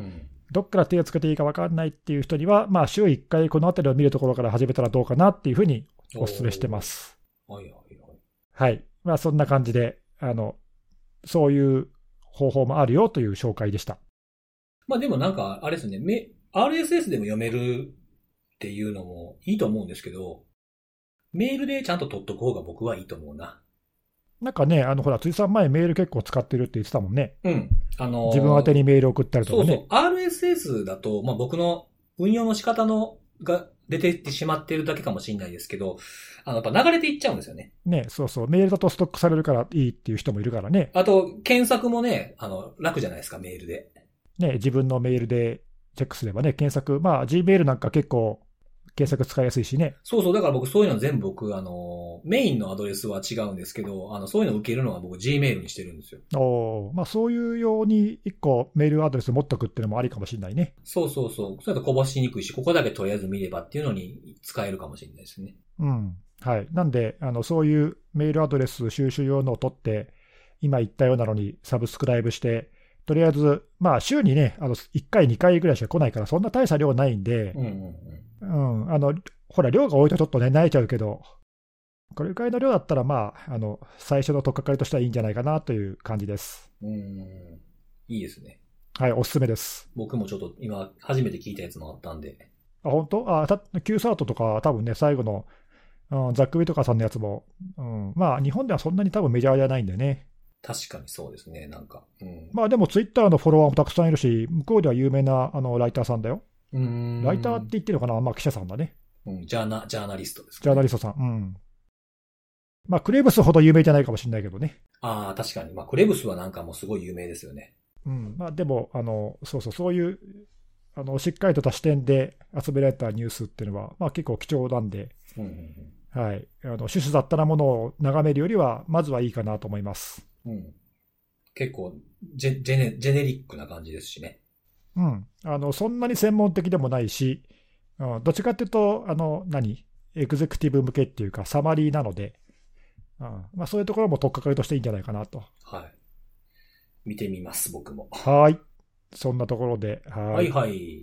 どっから手をつけていいか分かんないっていう人には、まあ、週いっかいこのあたりを見るところから始めたらどうかなっていうふうにお勧めしてます。 はいはいはい。 はい。まあ、そんな感じで、あの、そういう方法もあるよという紹介でした。 まあでもなんか、あれですね、アールエスエス でも読めるっていうのもいいと思うんですけど、メールでちゃんと取っとく方が僕はいいと思うな。 なんかね、あの、ほら、辻さん前メール結構使ってるって言ってたもんね。 うん。あのー、 自分宛てにメール送ったりとかね。 そうそう。アールエスエス だと、まあ僕の運用の仕方のが出てってしまってるだけかもしれないですけど、あの、やっぱ流れていっちゃうんですよね。 ね、そうそう。メールだとストックされるからいいっていう人もいるからね。 あと、検索もね、あの、楽じゃないですか、メールで。 ね、自分のメールでチェックすればね、検索、まあ Gmail なんか結構検索使いやすいしね。 そうそう、だから僕そういうの全部僕、あの、メインのアドレスは違うんですけど、あの、そういうのを受けるのは僕 Gmail にしてるんですよ。 おまあそういうように一個メールアドレス持っとくっていうのもありかもしれないね。 そうそうそう。それだとこぼしにくいし、ここだけとりあえず見ればっていうのに使えるかもしれないですね。 うん。はい。なんで、あの、そういうメールアドレス収集用のを取って、今言ったようなのにサブスクライブして、とりあえず、まあ週にね、あの、いっかい、にかいぐらいしか来ないから、そんな大した量ないんで、 うんうんうん。 うん。あの、ほら、量が多いとちょっとね、慣れちゃうけど、これくらいの量だったら、まあ、あの、最初の取っかかりとしてはいいんじゃないかなという感じです。 うん。いいですね。 はい、おすすめです。 僕もちょっと今、初めて聞いたやつもあったんで。 あ、本当？あ、た、Q サートとか、多分ね、最後の、うん、ザック・ウィトカーさんのやつも、うん、まあ、日本ではそんなに多分メジャーじゃないんでね。 確かにそうですね、なんか。うん、 まあ、でも、ツイッターのフォロワーもたくさんいるし、向こうでは有名なあのライターさんだよ。 うーん。 ライターって言ってるのかな、まあ、記者さんだね。 うん、ジャーナ、ジャーナリストですか、ね。 ジャーナリストさん。うん。まあ、クレブスほど有名じゃないかもしれないけどね。 ああ、確かに。まあ、クレブスはなんかもうすごい有名ですよね。 うん。まあ、でも、あの、そうそう、そういう、あの、しっかりとした視点で集められたニュースっていうのは、まあ、結構貴重なんで、 うんうんうん、 はい。あの、種々雑多なものを眺めるよりは、まずはいいかなと思います。 うん。結構ジェ、ジェネ、ジェネリックな感じですしね。 うん。あの、そんなに専門的でもないし、うん、どっちかっていうと、あの、何エグゼクティブ向けっていうか、サマリーなので、うん、まあ、そういうところも取っかかりとしていいんじゃないかなと。 はい。見てみます、僕も。 はい。そんなところで、 はい。はいはい。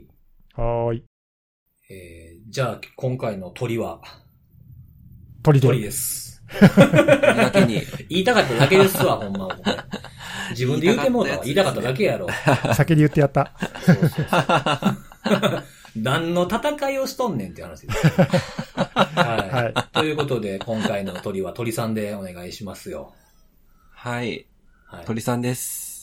はい。 えー、じゃあ、今回の鳥は鳥で。 鳥です。 だけに言いたかっただけですわ、ほんま。自分で言ってもうたわ。言いたかっただけやろ。 先に言ってやった。そうそうそう何の戦いをしとんねんって話です。はい、はい。ということで、今回の鳥は鳥さんでお願いしますよ。 はい。はい、鳥さんです。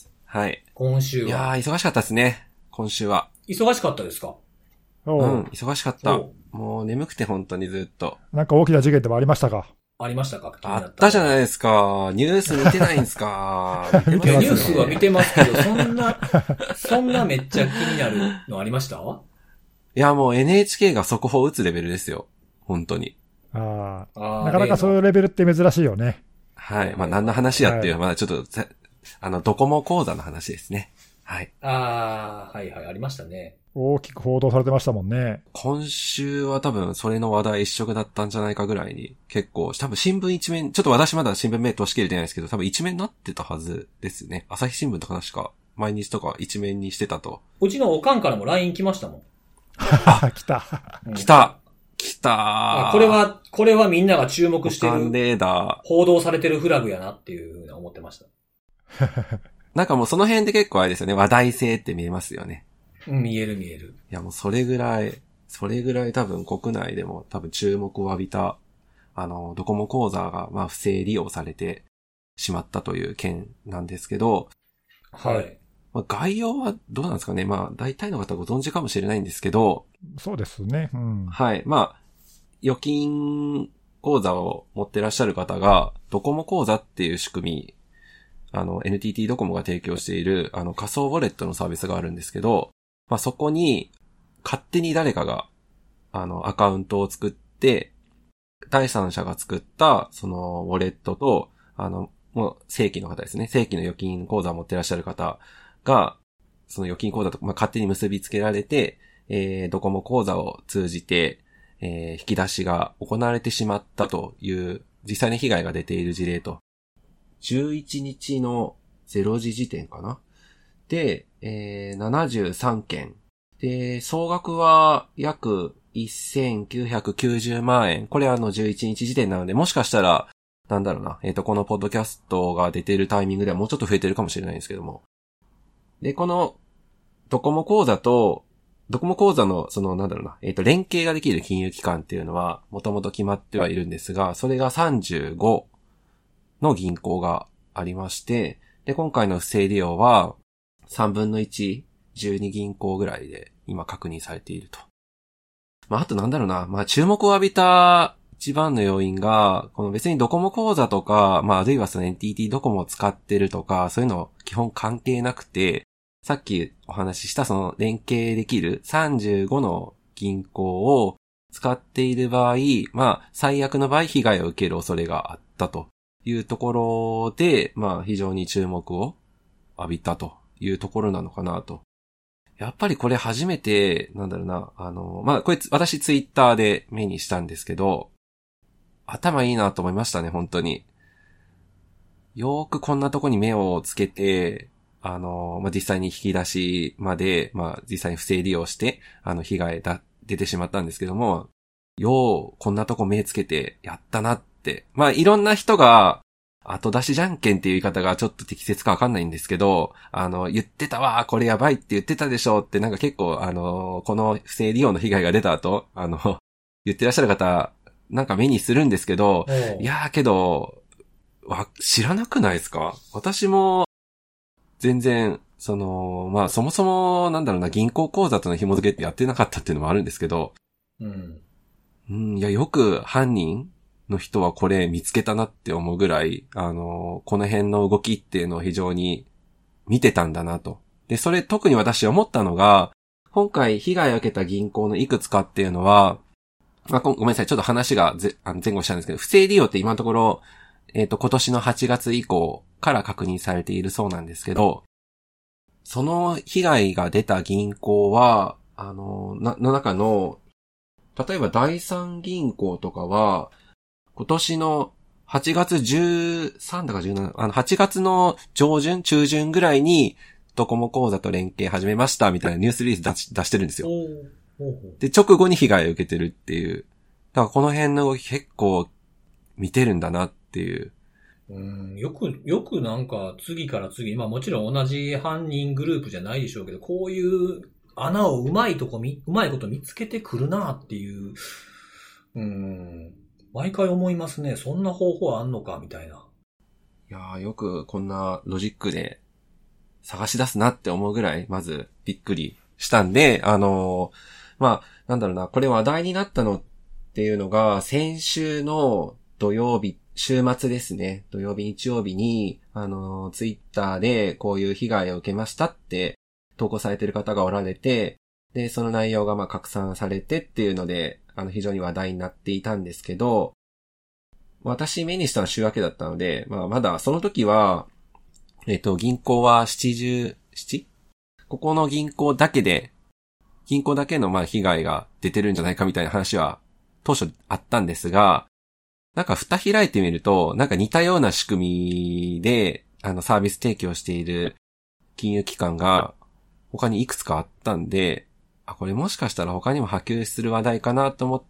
はい。 今週は。 いやー、忙しかったですね。今週は。 忙しかったですか？ うん、忙しかった。もう眠くて本当にずっと。 なんか大きな事件でもありましたか？ ありましたか？ あったじゃないですか。ニュース見てないんですか？ 見てますね、ニュースは見てますけど、そんな、そんなめっちゃ気になるのありました？ いや、もう エヌエイチケー が速報打つレベルですよ。本当に。 ああ。なかなかそういうレベルって珍しいよね。 はい。まあ何の話やっていう、はい、まだちょっと、あの、ドコモ講座の話ですね。はい。 ああ、はいはい、ありましたね。 大きく報道されてましたもんね。 今週は多分それの話題一色だったんじゃないかぐらいに結構、多分新聞一面、ちょっと私まだ新聞目通し切れてないですけど、多分一面になってたはずですね。朝日新聞とか確か毎日とか一面にしてたと。 うちのおかんからも ライン 来ましたもん。 あ、来た。 来た。来た。 これは、これはみんなが注目してる。 レーダー。 報道されてるフラグやなっていうふうに思ってました。 なんかもうその辺で結構あれですよね。話題性って見えますよね。 うん、見える見える。 いやもうそれぐらい、それぐらい多分国内でも多分注目を浴びた、あの、ドコモ口座がまあ不正利用されてしまったという件なんですけど。 はい。 まあ、概要はどうなんですかね。まあ大体の方ご存知かもしれないんですけど。 そうですね。うん、 はい。まあ、預金口座を持ってらっしゃる方が、ドコモ口座っていう仕組み、あの、エヌティーティー ドコモが提供している、あの、仮想ウォレットのサービスがあるんですけど、まあ、そこに、勝手に誰かが、あの、アカウントを作って、第三者が作った、その、ウォレットと、あの、もう、正規の方ですね。正規の預金口座を持ってらっしゃる方が、その預金口座と、まあ、勝手に結びつけられて、えー、ドコモ口座を通じて、えー、引き出しが行われてしまったという、実際に被害が出ている事例と、じゅういちにちのれいじ時点かなで、えー、ななじゅうさんけんで、総額は約せんきゅうひゃくきゅうじゅうまんえん。これあのじゅういちにち時点なので、もしかしたら、なんだろうな、えっと、このポッドキャストが出ているタイミングではもうちょっと増えてるかもしれないんですけども。で、この、ドコモ口座と、ドコモ口座の、その、なんだろうな、えっと、連携ができる金融機関っていうのは、もともと決まってはいるんですが、それがさんじゅうごの銀行がありまして、で、今回の不正利用は、さんぶんのいち、じゅうに銀行ぐらいで今確認されていると。まあ、あとなんだろうな、まあ、注目を浴びた一番の要因が、この別にドコモ口座とか、まあ、あるいはその エヌティーティー ドコモを使ってるとか、そういうの基本関係なくて、さっきお話ししたその連携できるさんじゅうごの銀行を使っている場合、まあ、最悪の場合被害を受ける恐れがあったというところで、まあ、非常に注目を浴びたというところなのかなと。やっぱりこれ初めて、なんだろうな、あの、まあ、これ私ツイッターで目にしたんですけど、頭いいなと思いましたね、本当に。よーくこんなとこに目をつけて、あの、まあ、実際に引き出しまで、まあ、実際に不正利用して、あの、被害だ、出てしまったんですけども、よう、こんなとこ目つけてやったなって。まあ、いろんな人が、後出しじゃんけんっていう言い方がちょっと適切かわかんないんですけど、あの、言ってたわ、これやばいって言ってたでしょってなんか結構、あの、この不正利用の被害が出た後、あの、言ってらっしゃる方、なんか目にするんですけど、いやーけど、わ、知らなくないですか？私も、全然、その、まあそもそも、なんだろうな、銀行口座との紐付けってやってなかったっていうのもあるんですけど、うん。うん、いや、よく犯人の人はこれ見つけたなって思うぐらい、あの、この辺の動きっていうのを非常に見てたんだなと。で、それ特に私思ったのが、今回被害を受けた銀行のいくつかっていうのは、まあ、ごめんなさい、ちょっと話がぜあの前後したんですけど、不正利用って今のところ、えっと、今年のはちがつ以降から確認されているそうなんですけど、その被害が出た銀行は、あの、な、の中の、例えば第三銀行とかは、今年のはちがつじゅうさんだかじゅうなな、あの、はちがつの上旬、中旬ぐらいに、ドコモ口座と連携始めましたみたいなニュースリリース出し、出してるんですよ。で、直後に被害を受けてるっていう。だからこの辺の動き結構見てるんだなっていう。 うん、よく、よくなんか次から次、まあもちろん同じ犯人グループじゃないでしょうけど、こういう穴をうまいとこみ、うまいこと見つけてくるなっていう、うん、毎回思いますね。そんな方法あんのかみたいな。 いやー、よくこんなロジックで探し出すなって思うぐらい、まずびっくりしたんで、あのー、まあ、なんだろうな、これ話題になったのっていうのが、先週の土曜日、週末ですね。土曜日、日曜日に、あの、ツイッターでこういう被害を受けましたって投稿されている方がおられて、で、その内容がまあ拡散されてっていうので、あの、非常に話題になっていたんですけど、私目にしたのは週明けだったので、まあまだその時は、えっと、銀行はななじゅうなな？ ここの銀行だけで、銀行だけのまあ被害が出てるんじゃないかみたいな話は当初あったんですが、なんか蓋開いてみると、なんか似たような仕組みで、あのサービス提供している金融機関が他にいくつかあったんで、あ、これもしかしたら他にも波及する話題かなと思って、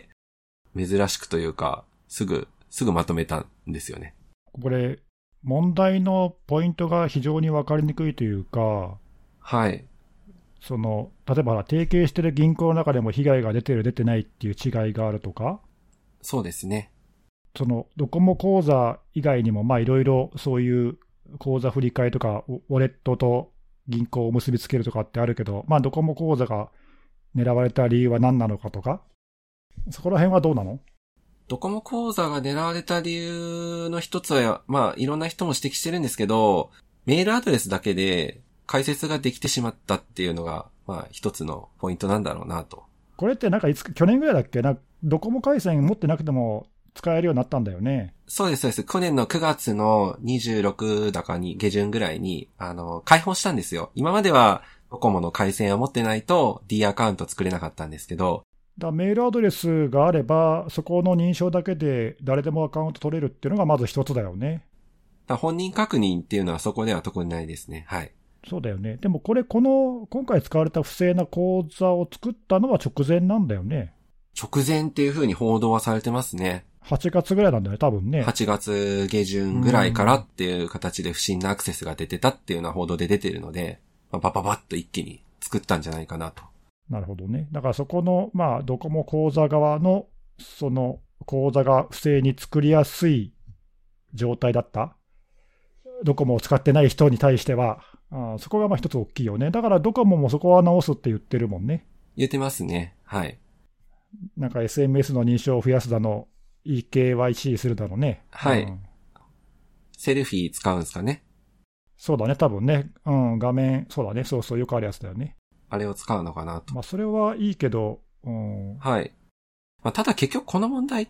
珍しくというか、すぐ、すぐまとめたんですよね。 これ、問題のポイントが非常に分かりにくいというか、 はい。 その、例えば提携している銀行の中でも被害が出てる出てないっていう違いがあるとか、 そうですね。 そのドコモ口座以外にもまあいろいろそういう口座振り替えとかウォレットと銀行を結びつけるとかってあるけど、まあドコモ口座が狙われた理由は何なのかとか、そこら辺はどうなの？ ドコモ口座が狙われた理由の一つは、まあいろんな人も指摘してるんですけど、メールアドレスだけで開設ができてしまったっていうのが、まあ一つのポイントなんだろうなと。 これってなんかいつ去年ぐらいだっけな、ドコモ回線持ってなくても使えるようになったんだよね。 そうです、そうです。去年のくがつのにじゅうろくだかに、下旬ぐらいに、あの、開放したんですよ。今まではドコモの回線を持ってないと D アカウント作れなかったんですけど。 だメールアドレスがあれば、そこの認証だけで誰でもアカウント取れるっていうのがまず一つだよね。 だ本人確認っていうのはそこでは特にないですね。はい。 そうだよね。でもこれ、この、今回使われた不正な口座を作ったのは直前なんだよね。 直前っていう風に報道はされてますね。 はちがつぐらいなんだよね、多分ね。 はちがつ下旬ぐらいからっていう形で不審なアクセスが出てたっていうような報道で出てるので、まあ、バババッと一気に作ったんじゃないかなと。 なるほどね。だからそこの、まあ、ドコモ口座側の、その口座が不正に作りやすい状態だった。ドコモを使ってない人に対しては、あそこがまあ一つ大きいよね。だからドコモもそこは直すって言ってるもんね。 言ってますね。はい。 なんか エスエムエス の認証を増やすだの、イーケーワイシー するだのね。 はい。 うん、 セルフィー使うんですかね。 そうだね、多分ね。うん、画面、そうだね。そうそう、よくあるやつだよね。 あれを使うのかなと。 まあ、それはいいけど、うん、 はい。まあ、ただ結局この問題って、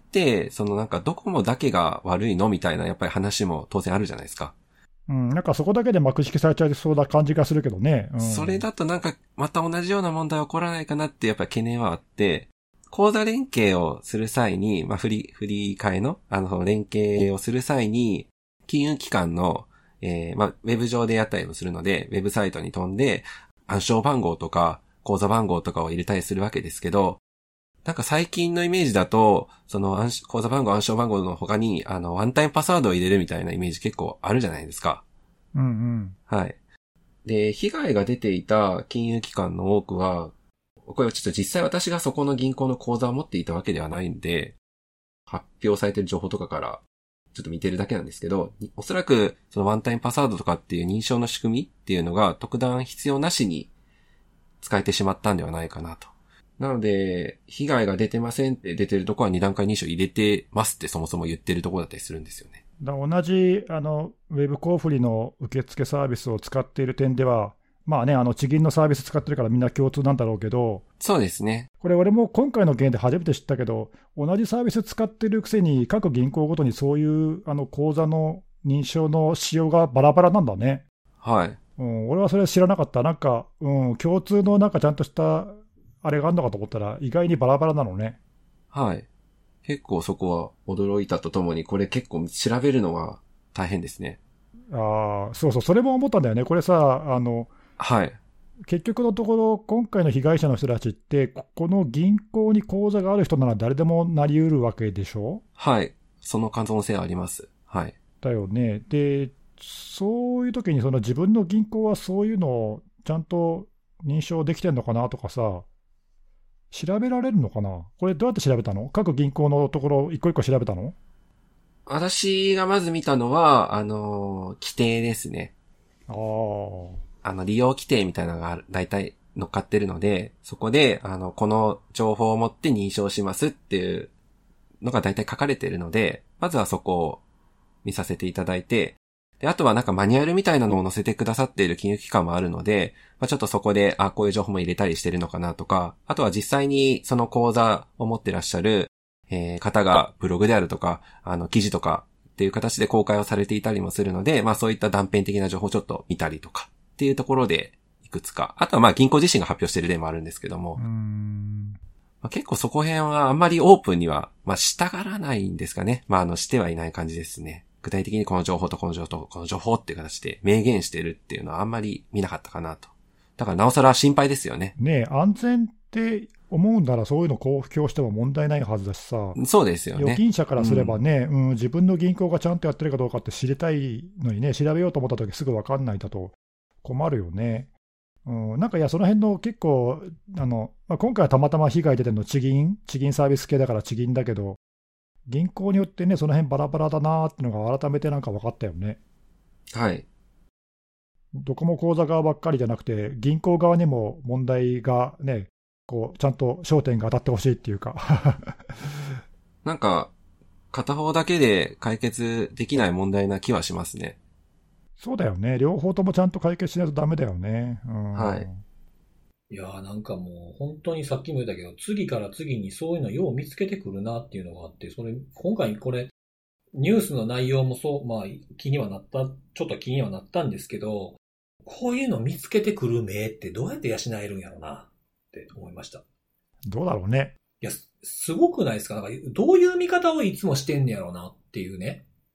そのなんかドコモだけが悪いのみたいなやっぱり話も当然あるじゃないですか。 うん、なんかそこだけで幕引きされちゃいそうな感じがするけどね。うん、 それだとなんかまた同じような問題起こらないかなってやっぱり懸念はあって、口座連携をする際に、まあ、振り、振り替えの、あの、連携をする際に、金融機関の、えー、まあ、ウェブ上でやったりもするので、ウェブサイトに飛んで、暗証番号とか、口座番号とかを入れたりするわけですけど、なんか最近のイメージだと、その暗、口座番号、暗証番号の他に、あの、ワンタイムパスワードを入れるみたいなイメージ結構あるじゃないですか。 うんうん。 はい。で、被害が出ていた金融機関の多くは、これはちょっと実際私がそこの銀行の口座を持っていたわけではないんで、発表されている情報とかからちょっと見てるだけなんですけど、おそらくそのワンタイムパスワードとかっていう認証の仕組みっていうのが特段必要なしに使えてしまったんではないかなと。なので、被害が出てませんって出てるところはに段階認証入れてますってそもそも言ってるところだったりするんですよね。 だ同じあのウェブ交付の受付サービスを使っている点では、まあね、あの地銀のサービス使ってるからみんな共通なんだろうけど、 そうですね。 これ俺も今回の件で初めて知ったけど、同じサービス使ってるくせに各銀行ごとにそういうあの口座の認証の仕様がバラバラなんだね。 はい。 うん、俺はそれ知らなかった。なんか、うん、共通のなんかちゃんとしたあれがあるのかと思ったら意外にバラバラなのね。 はい。結構そこは驚いたとともに、これ結構調べるのが大変ですね。 ああ、そうそう、それも思ったんだよね。これさ、あの、 はい。 結局のところ、今回の被害者の人たちって、ここの銀行に口座がある人なら誰でもなりうるわけでしょ？ はい。その可能性はあります。はい。 だよね。で、そういう時にその自分の銀行はそういうのをちゃんと認証できてんのかなとかさ、調べられるのかな？これどうやって調べたの？各銀行のところ一個一個調べたの？ 私がまず見たのは、あの、規定ですね。 ああ。 あの、利用規定みたいなのが大体乗っかってるので、そこで、あの、この情報を持って認証しますっていうのが大体書かれてるので、まずはそこを見させていただいて、で、あとはなんかマニュアルみたいなのを載せてくださっている金融機関もあるので、まあ、ちょっとそこで、あ、こういう情報も入れたりしてるのかなとか、あとは実際にその口座を持ってらっしゃる、えー、方がブログであるとか、あの、記事とかっていう形で公開をされていたりもするので、まあそういった断片的な情報をちょっと見たりとかっていうところでいくつか、あとはまあ銀行自身が発表している例もあるんですけども、 うーんまあ、結構そこ辺はあんまりオープンには、まあしたがらないんですかね。まああのしてはいない感じですね。具体的にこの情報とこの情報とこの情報っていう形で明言してるっていうのはあんまり見なかったかなと。だからなおさら心配ですよね。 ねえ、安全って思うんならそういうの公表しても問題ないはずだしさ。 そうですよね。 預金者からすればね、うんうん、自分の銀行がちゃんとやってるかどうかって知りたいのにね、調べようと思ったときすぐ分かんないだと困るよね。うん、なんかいや、その辺の結構、あのまあ、今回はたまたま被害出てるの地銀、地銀サービス系だから地銀だけど、銀行によってね、その辺バラバラだなーっていうのが改めてなんか分かったよね。 はい。 ドコモ口座側ばっかりじゃなくて、銀行側にも問題がね、こうちゃんと焦点が当たってほしいっていうかなんか、片方だけで解決できない問題な気はしますね。 そうだよね。両方ともちゃんと解決しないとダメだよね。うん、 はい。 いやーなんかもう本当にさっきも言ったけど、次から次にそういうのよう見つけてくるなっていうのがあって、それ、今回これ、ニュースの内容もそう、まあ気にはなった、ちょっと気にはなったんですけど、こういうの見つけてくる目ってどうやって養えるんやろうなって思いました。 どうだろうね。 いや、すごくないですか？なんかどういう見方をいつもしてんねやろうなっていうね。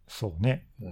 そうね。 うん、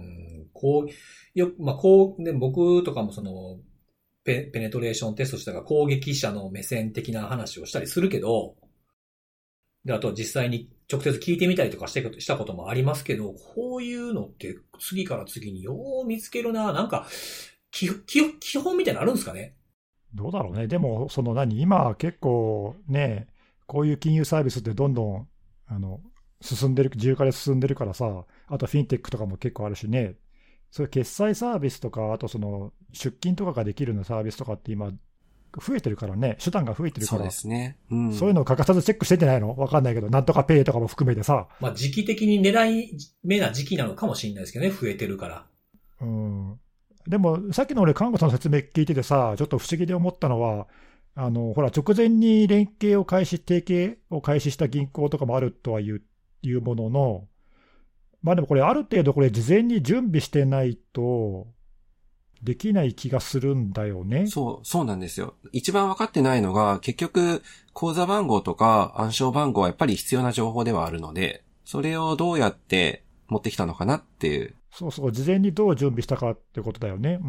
こう、よ、まあ、こう、ね、僕とかもその、ペ、ペネトレーションテストしたが攻撃者の目線的な話をしたりするけど、で、あと実際に直接聞いてみたりとかしてしたこともありますけど、こういうのって次から次によう見つけるな。なんか、基、基、基本みたいなのあるんですかね？ どうだろうね。でも、その何、今結構ね、こういう金融サービスってどんどん、あの、進んでる、自由化で進んでるからさ、あとフィンテックとかも結構あるしね、そういう決済サービスとか、あとその出金とかができるようなサービスとかって今、増えてるからね、手段が増えてるから、 そうですね。うん、 そういうのを欠かさずチェックしてんじゃないの？わかんないけど、なんとかペイとかも含めてさ。 まあ時期的に狙い目な時期なのかもしれないですけどね、増えてるから。 うん。でも、さっきの俺、看護さんの説明聞いててさ、ちょっと不思議で思ったのは、あのほら、直前に連携を開始、提携を開始した銀行とかもあるとはいう、いうものの、まあでもこれ、ある程度、これ、事前に準備してないと、できない気がするんだよね。 そう、そうなんですよ。一番分かってないのが、結局、口座番号とか暗証番号はやっぱり必要な情報ではあるので、それをどうやって持ってきたのかなっていう。 そうそう、事前にどう準備したかってことだよね。うん。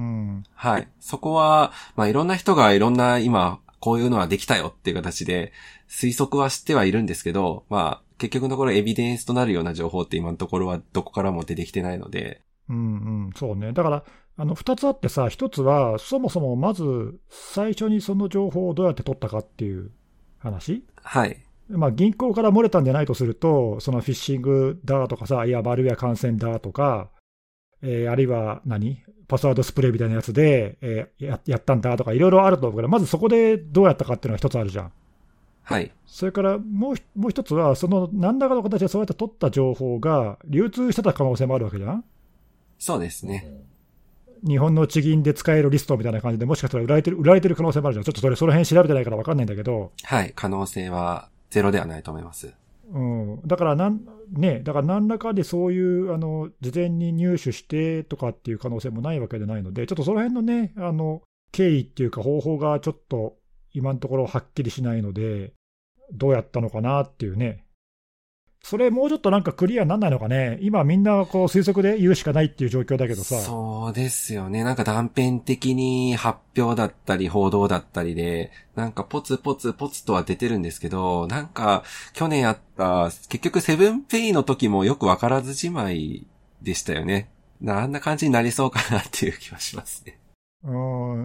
はい。そこは、まあいろんな人がいろんな今、こういうのはできたよっていう形で推測はしてはいるんですけど、まあ結局のところエビデンスとなるような情報って今のところはどこからも出てきてないので。 うんうん、そうね。だから、あの、二つあってさ、一つは、そもそもまず最初にその情報をどうやって取ったかっていう話。 はい。 まあ銀行から漏れたんじゃないとすると、そのフィッシングだとかさ、いや、マルウェア感染だとか、えー、あるいは何パスワードスプレーみたいなやつで、えー、や, やったんだとかいろいろあると思うから、まずそこでどうやったかっていうのが一つあるじゃん。 はい。 それからもう、もう一つは、その何らかの形でそうやって取った情報が流通してた可能性もあるわけじゃん。 そうですね。 日本の地銀で使えるリストみたいな感じで、もしかしたら売られてる、売られてる可能性もあるじゃん。ちょっとそれ、その辺調べてないから分かんないんだけど。 はい。可能性はゼロではないと思います。 うん、だからなん、ね、だから何らかでそういうあの事前に入手してとかっていう可能性もないわけじゃないので、ちょっとその辺のね、あの経緯っていうか、方法がちょっと今のところはっきりしないので、どうやったのかなっていうね、それ、もうちょっとなんかクリアにならないのかね、今、みんなこう推測で言うしかないっていう状況だけどさ。 そうですよね。なんか断片的に発表だったり、報道だったりで、なんかポツポツポツとは出てるんですけど、なんか去年あった、結局セブンペイの時もよくわからずじまいでしたよね。あんな感じになりそうかなっていう気はしますね。 うん、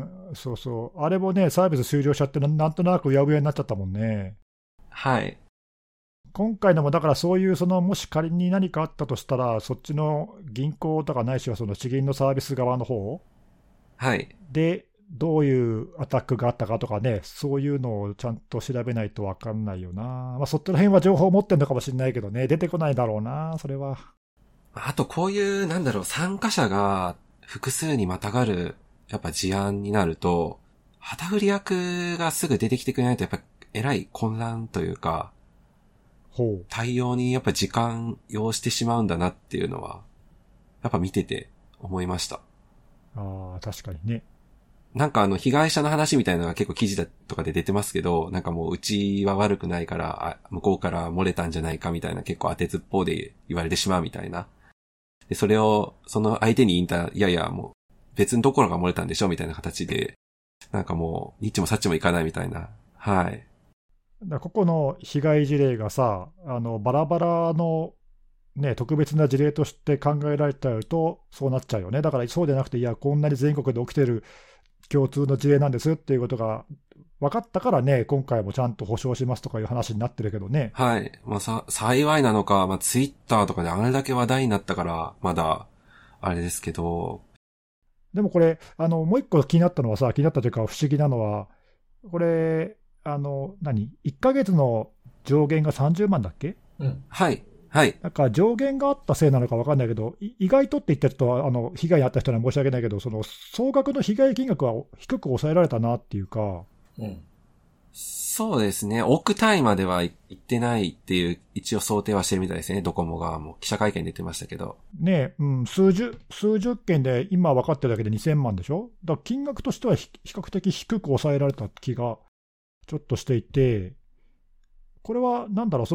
そうそう。あれもね、サービス終了しちゃって、なんとなくうやぶやになっちゃったもんね。 はい。 今回のもだからそういうそのもし仮に何かあったとしたら、そっちの銀行とかないしはその地銀のサービス側の方はいでどういうアタックがあったかとかね、そういうのをちゃんと調べないと分かんないよな。まあそっちら辺は情報を持ってるのかもしれないけどね、出てこないだろうな、それは。 あとこういうなんだろう、参加者が複数にまたがるやっぱ事案になると、旗振り役がすぐ出てきてくれないとやっぱえらい混乱というか。 ほう、 対応にやっぱ時間要してしまうんだなっていうのは、やっぱ見てて思いました。 ああ、確かにね。 なんかあの被害者の話みたいなのが結構記事だとかで出てますけど、なんかもううちは悪くないから、あ向こうから漏れたんじゃないかみたいな結構当てずっぽうで言われてしまうみたいな。で、それをその相手に言いた、いやいやもう別のところが漏れたんでしょみたいな形で、なんかもうニッチもサッチもいかないみたいな。はい。 だここの被害事例がさ、あのバラバラの、ね、特別な事例として考えられちゃうと、そうなっちゃうよね。だからそうじゃなくて、いや、こんなに全国で起きてる共通の事例なんですっていうことが分かったからね、今回もちゃんと保証しますとかいう話になってるけどね。 はい。まあ、さ、幸いなのか、まあ、ツイッターとかであれだけ話題になったから、まだ、あれですけど。 でもこれ、あの、もう一個気になったのはさ、気になったというか不思議なのは、これ、あの、何 ?いっ ヶ月の上限がさんじゅうまんだっけ？ うん。はい。はい。 なんか上限があったせいなのか分かんないけど、意外とって言ってると、あの被害に遭った人には申し訳ないけど、その総額の被害金額は低く抑えられたなっていうか、 うん、そうですね、億単位までは行ってないっていう、一応想定はしてるみたいですね、ドコモ側も、記者会見で言ってましたけど。 ねえ、うん、数十、数十件で、今分かってるだけでにせんまんでしょ、だから金額としては比較的低く抑えられた気がちょっとしていて、これはなんだろう、その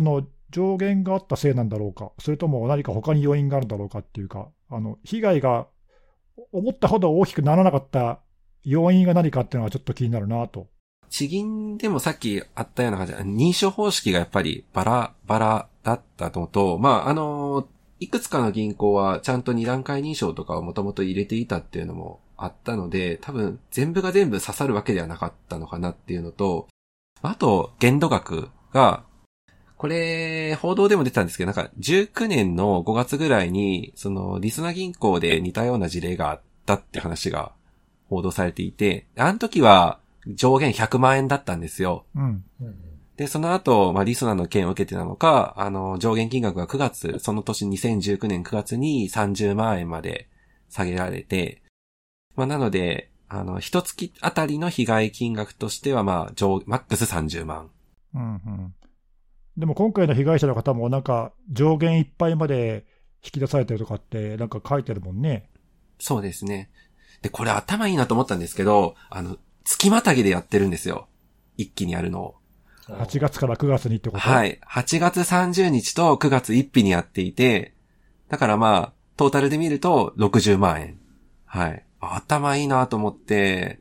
上限があったせいなんだろうか、それとも何か他に要因があるんだろうかっていうか、あの被害が思ったほど大きくならなかった要因が何かっていうのはちょっと気になるなと。 地銀でもさっきあったような感じで、認証方式がやっぱりバラバラだったのと、まあ、あの、いくつかの銀行はちゃんとに段階認証とかをもともと入れていたっていうのもあったので、多分全部が全部刺さるわけではなかったのかなっていうのと、あと、限度額が、これ、報道でも出てたんですけど、なんかじゅうきゅうねんのごがつぐらいに、その、りそな銀行で似たような事例があったって話が報道されていて、あの時は上限ひゃくまんえんだったんですよ。 うん。 で、その後、まあ、りそなの件を受けてなのか、あの、上限金額がくがつ、その年にせんじゅうきゅうねんくがつにさんじゅうまんえんまで下げられて、まあ、なので、あの、一月あたりの被害金額としては、まあ、上、マックスさんじゅうまん。 うんうん。でも今回の被害者の方もなんか上限いっぱいまで引き出されてるとかってなんか書いてるもんね。 そうですね。で、これ頭いいなと思ったんですけど、あの、月またぎでやってるんですよ。一気にやるのを。 はちがつからくがつにってこと？ はい。はちがつさんじゅうにちとくがつついたちにやっていて、だからまあ、トータルで見るとろくじゅうまんえん。はい。頭いいなと思って、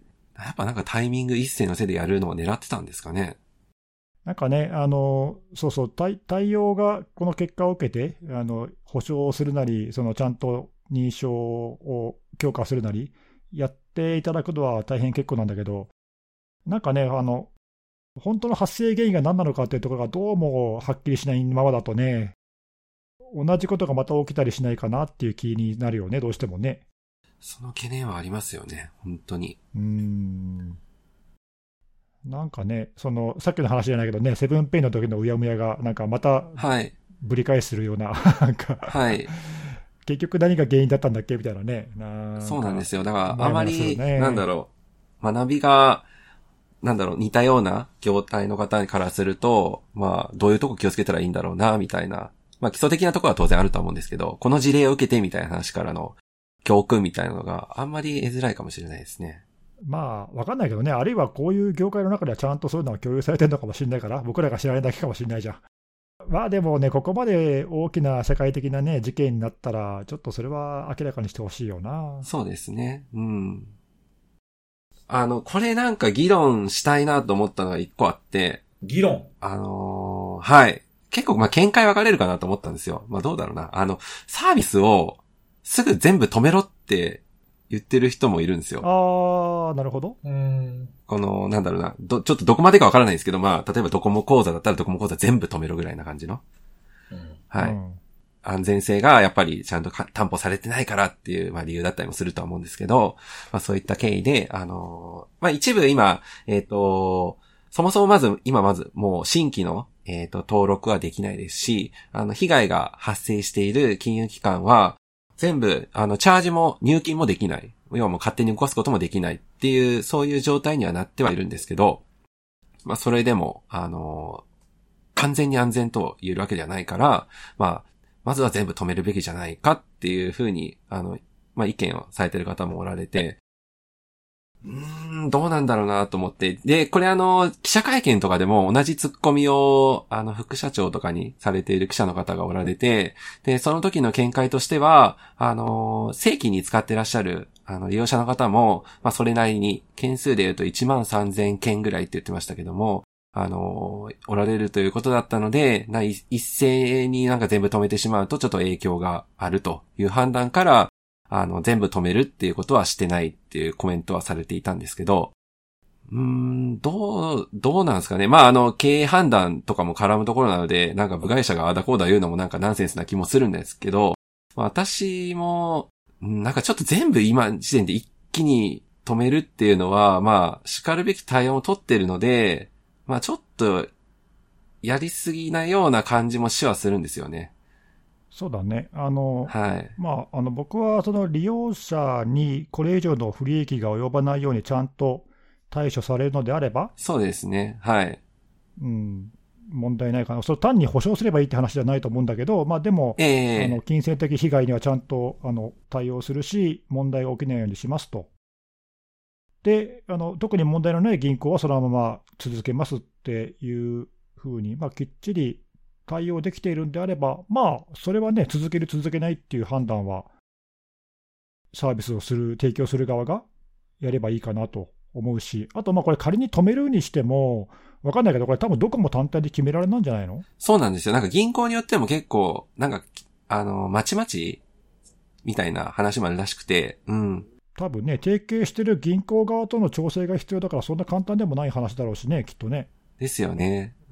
やっぱなんかタイミング一斉のせいでやるのを狙ってたんですかね。 なんかね、あのそうそう、対、対応がこの結果を受けて、あの保証をするなり、そのちゃんと認証を強化するなり、やっていただくのは大変結構なんだけど、なんかね、あの本当の発生原因が何なのかというところがどうもはっきりしないままだとね、同じことがまた起きたりしないかなっていう気になるよね、どうしてもね。 その懸念はありますよね、本当に。 うーん。なんかね、そのさっきの話じゃないけどね、セブンペイの時のうやむやが、なんかまたぶり返しするような、なんか、 はい、 結局何が原因だったんだっけみたいなね。なんそうなんですよ。だから、あまり、なんだろう、学びが、なんだろう、似たような業態の方からすると、まあ、どういうとこ気をつけたらいいんだろうな、みたいな。まあ、基礎的なところは当然あると思うんですけど、この事例を受けてみたいな話からの教訓みたいなのがあんまり得づらいかもしれないですね。 まあ、わかんないけどね、あるいはこういう業界の中ではちゃんとそういうのが共有されてるのかもしれないから、僕らが知らないだけかもしれないじゃん。まあでもね、ここまで大きな世界的なね、事件になったら、ちょっとそれは明らかにしてほしいよな。 そうですね。うん。あの、これなんか議論したいなと思ったのが一個あって。 議論あのー、はい。結構まあ見解分かれるかなと思ったんですよ。まあどうだろうな。あの、サービスをすぐ全部止めろって言ってる人もいるんですよ。 あー、なるほど。 うーん。 この、なんだろうな、ど、ちょっとどこまでかわからないですけど、まあ、例えばドコモ口座だったらドコモ口座全部止めろぐらいな感じの。うん、はい、うん。安全性がやっぱりちゃんと担保されてないからっていう、まあ理由だったりもするとは思うんですけど、まあそういった経緯で、あのー、まあ一部今、えっと、そもそもまず、今まずもう新規の、えっと、登録はできないですし、あの、被害が発生している金融機関は、全部、あの、チャージも入金もできない。要はもう勝手に動かすこともできないっていう、そういう状態にはなってはいるんですけど、まあそれでも、あの、完全に安全と言えるわけではないから、まあ、まずは全部止めるべきじゃないかっていうふうに、あの、まあ意見をされてる方もおられて、うーん、どうなんだろうなと思って。で、これあの、記者会見とかでも同じツッコミを、あの、副社長とかにされている記者の方がおられて、で、その時の見解としては、あの、正規に使ってらっしゃる、あの、利用者の方も、まあ、それなりに、件数で言うといちまんさんぜんけんぐらいって言ってましたけども、あの、おられるということだったので、な一斉になんか全部止めてしまうとちょっと影響があるという判断から、あの、全部止めるっていうことはしてないっていうコメントはされていたんですけど、うーん、どう、どうなんですかね。まあ、あの、経営判断とかも絡むところなので、なんか部外者があだこうだ言うのもなんかナンセンスな気もするんですけど、私も、なんかちょっと全部今時点で一気に止めるっていうのは、まあ、叱るべき対応を取っているので、まあちょっと、やりすぎなような感じもしはするんですよね。 そうだね。あの、 はい。 まあ、あの、僕はその利用者にこれ以上の不利益が及ばないようにちゃんと対処されるのであれば。 そうですね。はい。 うん。問題ないかな。それ単に保証すればいいって話じゃないと思うんだけど、まあでも、えー、あの金銭的被害にはちゃんとあの対応するし、問題が起きないようにしますと。で、あの特に問題のない銀行はそのまま続けますっていうふうに、まあ、きっちり対応できているんであれば、まあ、それはね、続ける、続けないっていう判断は、サービスをする、提供する側がやればいいかなと思うし、あと、まあこれ、仮に止めるにしても、わかんないけど、これ、多分どこも単体で決められないんじゃないの？ そうなんですよ。なんか銀行によっても結構、なんか、あの、まちまちみたいな話もあるらしくて、うん。 多分ね、提携してる銀行側との調整が必要だから、そんな簡単でもない話だろうしね、きっとね。 ですよね。うん。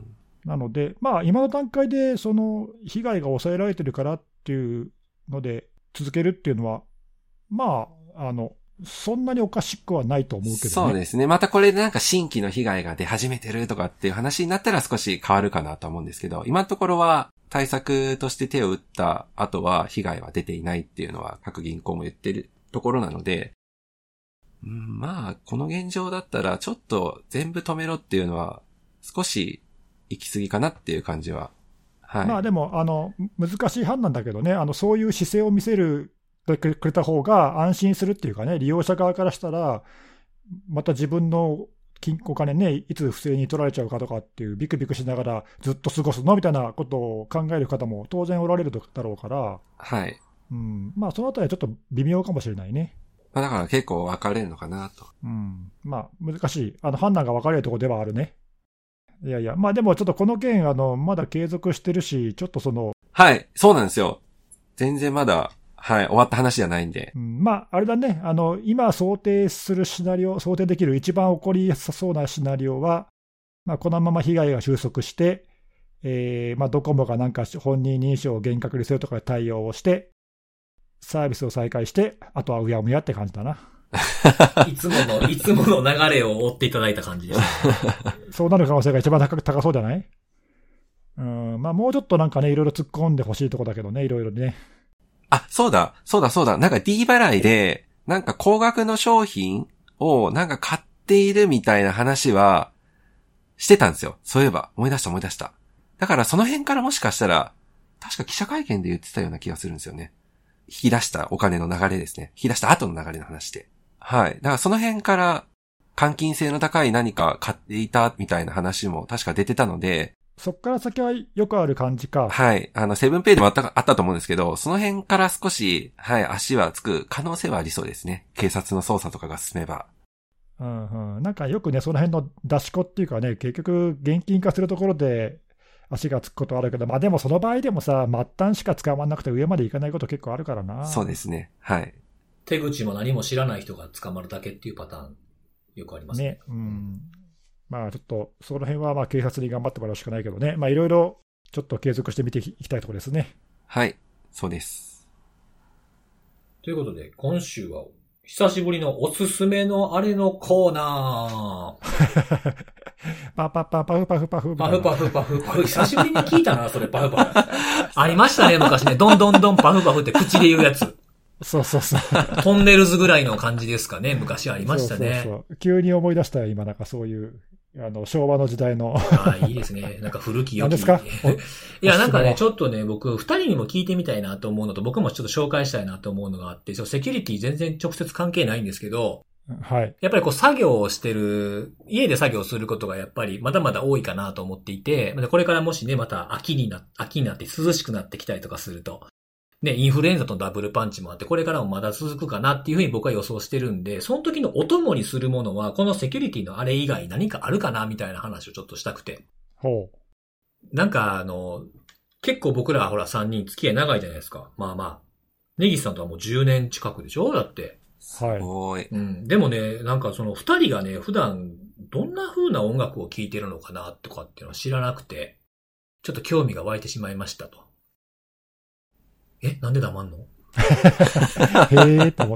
なので、まあ、今の段階で、その被害が抑えられてるからっていうので、続けるっていうのは、まあ、あの、そんなにおかしくはないと思うけどね。 そうですね。またこれでなんか新規の被害が出始めてるとかっていう話になったら少し変わるかなと思うんですけど、今のところは対策として手を打った後は被害は出ていないっていうのは各銀行も言ってるところなので、うん、まあ、この現状だったらちょっと全部止めろっていうのは少し行き過ぎかなっていう感じは。はい。 まあでも、あの、難しい判断だけどね、あの、そういう姿勢を見せるくれた方が安心するっていうかね、利用者側からしたら、また自分の金お金ね、いつ不正に取られちゃうかとかっていう、ビクビクしながらずっと過ごすのみたいなことを考える方も当然おられるだろうから、 はい。 うん、まあそのあたりはちょっと微妙かもしれないね。 まあだから結構分かれるのかなと。 うん、まあ難しい、あの判断が分かれるところではあるね。いやいや、まあでもちょっとこの件、あの、まだ継続してるし、ちょっとその。 はい、そうなんですよ。全然まだ、はい、終わった話じゃないんで。 うん、まあ、あれだね、あの、今想定するシナリオ、想定できる一番起こりやすそうなシナリオは、まあ、このまま被害が収束して、えー、まあ、ドコモがなんか本人認証を厳格にするとか対応をして、サービスを再開して、あとはうやむやって感じだな。 いつもの、いつもの流れを追っていただいた感じです、ね。 そうなる可能性が一番 高, 高そうじゃない？うん、まあ、もうちょっとなんかね、いろいろ突っ込んでほしいとこだけどね、いろいろね。 あ、そうだ、そうだ、そうだ。なんか D 払いで、なんか高額の商品をなんか買っているみたいな話はしてたんですよ。そういえば、思い出した思い出した。だからその辺からもしかしたら、確か記者会見で言ってたような気がするんですよね。引き出したお金の流れですね。引き出した後の流れの話で。はい。だからその辺から換金性の高い何か買っていたみたいな話も確か出てたので、 そっから先はよくある感じか。 はい。あの、セブンペイでもあった、あったと思うんですけど、その辺から少し、はい、足はつく可能性はありそうですね。警察の捜査とかが進めば。 うんうん。なんかよくね、その辺の出し子っていうかね、結局現金化するところで足がつくことあるけど、まあでもその場合でもさ、末端しか使わなくて上までいかないこと結構あるからな。 そうですね。はい。 手口も何も知らない人が捕まるだけっていうパターン、よくありますね。 ね。うん。まあちょっと、その辺はまあ警察に頑張ってもらうしかないけどね。まあいろいろちょっと継続してみていきたいところですね。 はい。そうです。 ということで、今週は久しぶりのおすすめのあれのコーナー。 パパパパフパフパフ。 パフパフパフパフ。久しぶりに聞いたな、それパフパフ。ありましたね、昔ね。どんどんどんパフパフって口で言うやつ。 そうそうそう。 トンネルズぐらいの感じですかね。昔ありましたね。 そうそうそう。急に思い出したよ、今なんかそういう。あの、昭和の時代の。 ああ、いいですね。なんか古き良き。 何ですか？ いや、なんかね、ちょっとね、僕、二人にも聞いてみたいなと思うのと、僕もちょっと紹介したいなと思うのがあって、セキュリティ全然直接関係ないんですけど、 はい。 やっぱりこう作業をしてる、家で作業することがやっぱりまだまだ多いかなと思っていて、これからもしね、また秋にな、秋になって涼しくなってきたりとかすると、ね、インフルエンザとダブルパンチもあって、これからもまだ続くかなっていうふうに僕は予想してるんで、その時のお供にするものは、このセキュリティのあれ以外何かあるかなみたいな話をちょっとしたくて。 ほう。 なんかあの、結構僕らほらさんにん付き合い長いじゃないですか。まあまあ。ネギスさんとはもうじゅうねん近くでしょ？だって。 はい。 すごい。 うん。でもね、なんかその二人がね、普段どんな風な音楽を聴いてるのかなとかっていうのは知らなくて、ちょっと興味が湧いてしまいましたと。え、なんで黙んの？へーと思って。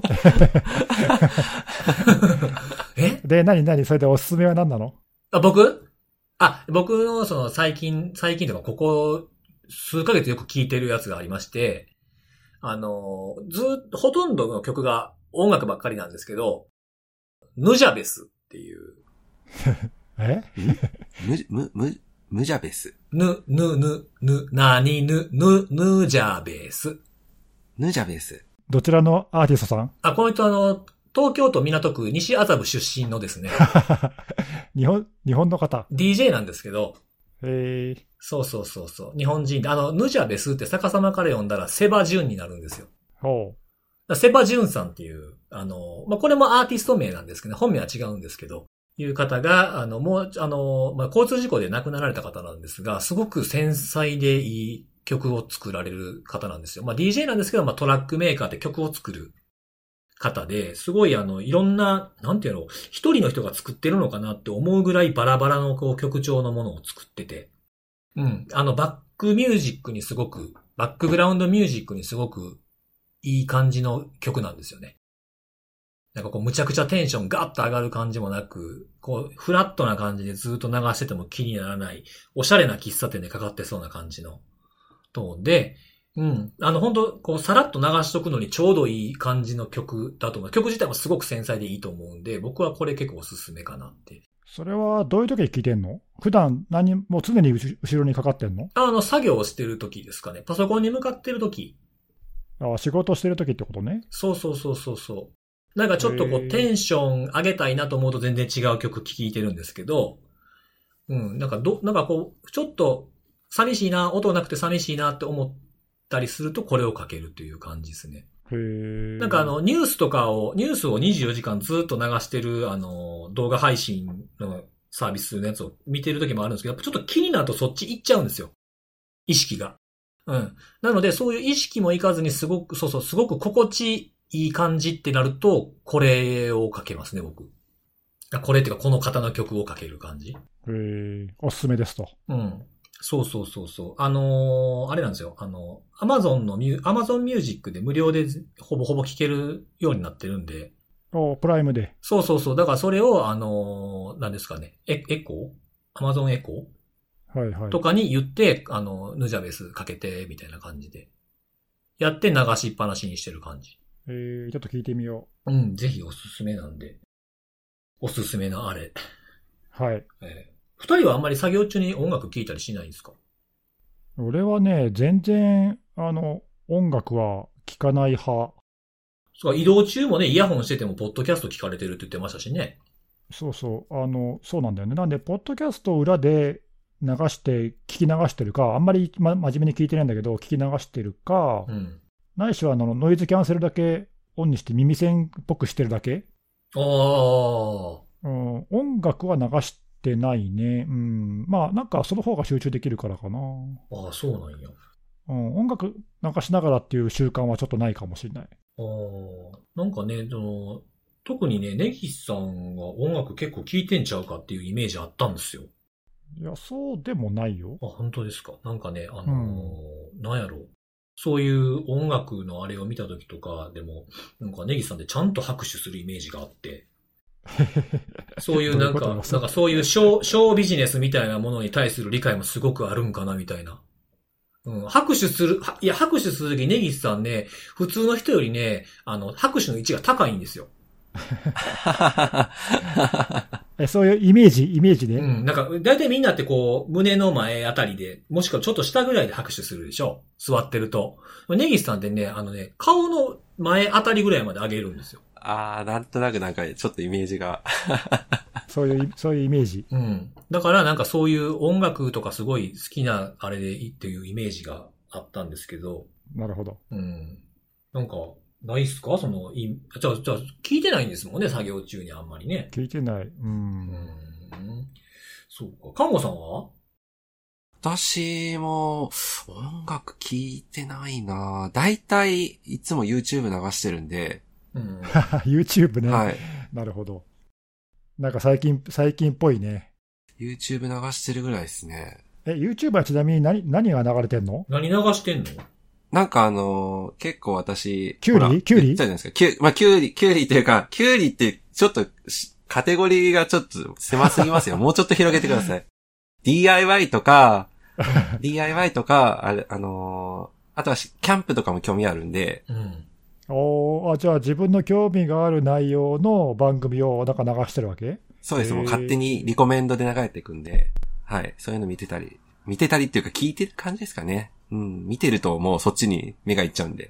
えで、何何それでおすすめは何なの？ あ、僕あ、僕のその最近、最近とかここ数ヶ月よく聴いてるやつがありまして、あの、ずっとほとんどの曲が音楽ばっかりなんですけど、ヌジャベスっていう。 えむ、む、む、ムジャベス。 ぬ、ぬ、ぬ、ぬ、なに、ぬ、ぬ、ヌジャベス。 ヌジャベス。 どちらのアーティストさん？ あ、この人あの、東京都港区西麻布出身のですね。 日本、日本の方。 ディージェー なんですけど、 へー。 そうそうそうそう。日本人で、あの、ヌジャベスって逆さまから読んだらセバジュンになるんですよ。 ほう。セバジュンさんっていう、あの、まあ、これもアーティスト名なんですけど、本名は違うんですけど、いう方が、あの、もう、あの、まあ、交通事故で亡くなられた方なんですが、すごく繊細でいい曲を作られる方なんですよ。まあ、ディージェー なんですけど、まあ、トラックメーカーって曲を作る方で、すごいあの、いろんな、なんていうの、一人の人が作ってるのかなって思うぐらいバラバラのこう曲調のものを作ってて、うん。あの、バックミュージックにすごく、バックグラウンドミュージックにすごくいい感じの曲なんですよね。なんかこう、むちゃくちゃテンションガッと上がる感じもなく、こう、フラットな感じでずっと流してても気にならない、おしゃれな喫茶店でかかってそうな感じのトーンで、うん。あの、本当こう、さらっと流しとくのにちょうどいい感じの曲だと思う。曲自体もすごく繊細でいいと思うんで、僕はこれ結構おすすめかなって。 それはどういう時に聴いてんの？普段何もう常に後ろにかかってんの？ あの、作業をしてる時ですかね。パソコンに向かってる時。 あ、仕事してる時ってことね。 そうそうそうそうそう。なんかちょっとこう、テンション上げたいなと思うと全然違う曲聴いてるんですけど、うん、なんかど、なんかこう、ちょっと寂しいな、音なくて寂しいなって思ったりするとこれをかけるという感じですね。 へー。 なんかあの、ニュースとかを、ニュースをにじゅうよじかんずっと流してる、あの、動画配信のサービスのやつを見てる時もあるんですけど、ちょっと気になるとそっち行っちゃうんですよ。意識が。うん。なので、そういう意識もいかずにすごく、そうそう、すごく心地いい感じってなると、これをかけますね、僕。これっていうか、この方の曲をかける感じ。 へー。おすすめですと。 うん。そうそうそうそう。あのー、あれなんですよ。あの、アマゾンのミュ、アマゾンミュージックで無料でほぼほぼ聴けるようになってるんで。 お、プライムで。 そうそうそう。だからそれを、あのー、何ですかね。エ、エコーアマゾンエコーはいはい。 とかに言って、あの、ヌジャベスかけて、みたいな感じで。やって流しっぱなしにしてる感じ。 えー、ちょっと聞いてみよう。うん、ぜひおすすめなんで。おすすめのあれ。 はい。 えー二人はあんまり作業中に音楽聴いたりしないんですか？ 俺はね、全然、あの、音楽は聴かない派。 そう、移動中もね、イヤホンしてても、ポッドキャスト聞かれてるって言ってましたしね。 そうそう、あの、そうなんだよね。なんで、ポッドキャストを裏で流して、聞き流してるか、あんまり、ま、真面目に聞いてないんだけど、聞き流してるか、うん、ないしはあのノイズキャンセルだけオンにして耳栓っぽくしてるだけ。ああ。うん、音楽は流してないね。うん。まあ、なんかその方が集中できるからかな。 ああ、そうなんや。 うん、音楽流しながらっていう習慣はちょっとないかもしれない。 ああ。なんかね、その、特にね、ネギスさんは音楽結構聴いてんちゃうかっていうイメージあったんですよ。 いや、そうでもないよ。 あ、本当ですか。なんかね、あのー、うん、なんやろう。そういう音楽のあれを見た時とかでも、なんかネギスさんってちゃんと拍手するイメージがあって、そういうなんか、なんかそういうショー、ショービジネスみたいなものに対する理解もすごくあるんかなみたいな。うん、拍手する、いや、拍手するときネギスさんね、普通の人よりね、あの、拍手の位置が高いんですよ。 え、そういうイメージ、イメージで、 うん。なんか、だいたいみんなってこう、胸の前あたりで、もしくはちょっと下ぐらいで拍手するでしょ？座ってると。ネギスさんってね、あのね、顔の前あたりぐらいまで上げるんですよ。 あー、なんとなくなんか、ちょっとイメージが。 そういう、そういうイメージ。 うん。だからなんかそういう音楽とかすごい好きなあれでいいっていうイメージがあったんですけど。 なるほど。 うん。なんか、ないっすかその、い、じゃあ、じゃあ、聞いてないんですもんね、作業中にあんまりね。 聞いてない。うん。うん。 そうか。看護さんは？ 私も、音楽聞いてないなだいたい、いつも YouTube 流してるんで。 うん、YouTube ね。 はい。 なるほど。なんか最近、最近っぽいね。 YouTube 流してるぐらいですね。 え、YouTube はちなみに何、何が流れてんの？ 何流してんの？ なんかあのー、結構私、 キュウリキュウリ言ったじゃないですか。キュまあ、キュウリ、キュウリっていうか、キュウリってちょっと、カテゴリーがちょっと狭すぎますよ。もうちょっと広げてください。ディーアイワイ とか、ディーアイワイ とか、あれ、あのー、あとはキャンプとかも興味あるんで。 うん。おあ、じゃあ自分の興味がある内容の番組をなんか流してるわけ？ そうです。もう勝手にリコメンドで流れていくんで、はい。そういうの見てたり、見てたりっていうか聞いてる感じですかね。うん。見てるともうそっちに目がいっちゃうんで。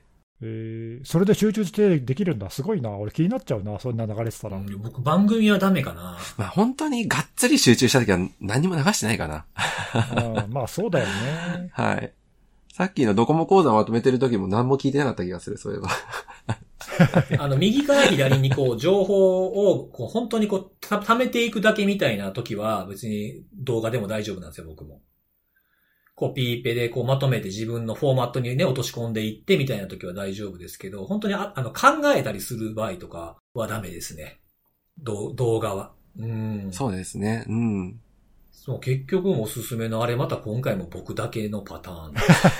えー、それで集中してできるんだ。すごいな。俺気になっちゃうな。そんな流れてたら。うん、 僕番組はダメかな。 まあ本当にがっつり集中した時は何も流してないかな。 あまあそうだよね。 はい。さっきのドコモ講座まとめてる時も何も聞いてなかった気がする、そういえば。 あの、右から左にこう、情報を、こう、本当にこう、た、貯めていくだけみたいな時は、別に動画でも大丈夫なんですよ、僕も。コピーペでこうまとめて自分のフォーマットにね、落とし込んでいってみたいな時は大丈夫ですけど、本当にあ、あの、考えたりする場合とかはダメですね。ど、動画は。うん。 そうですね。うん。 そう、結局おすすめのあれまた今回も僕だけのパターン。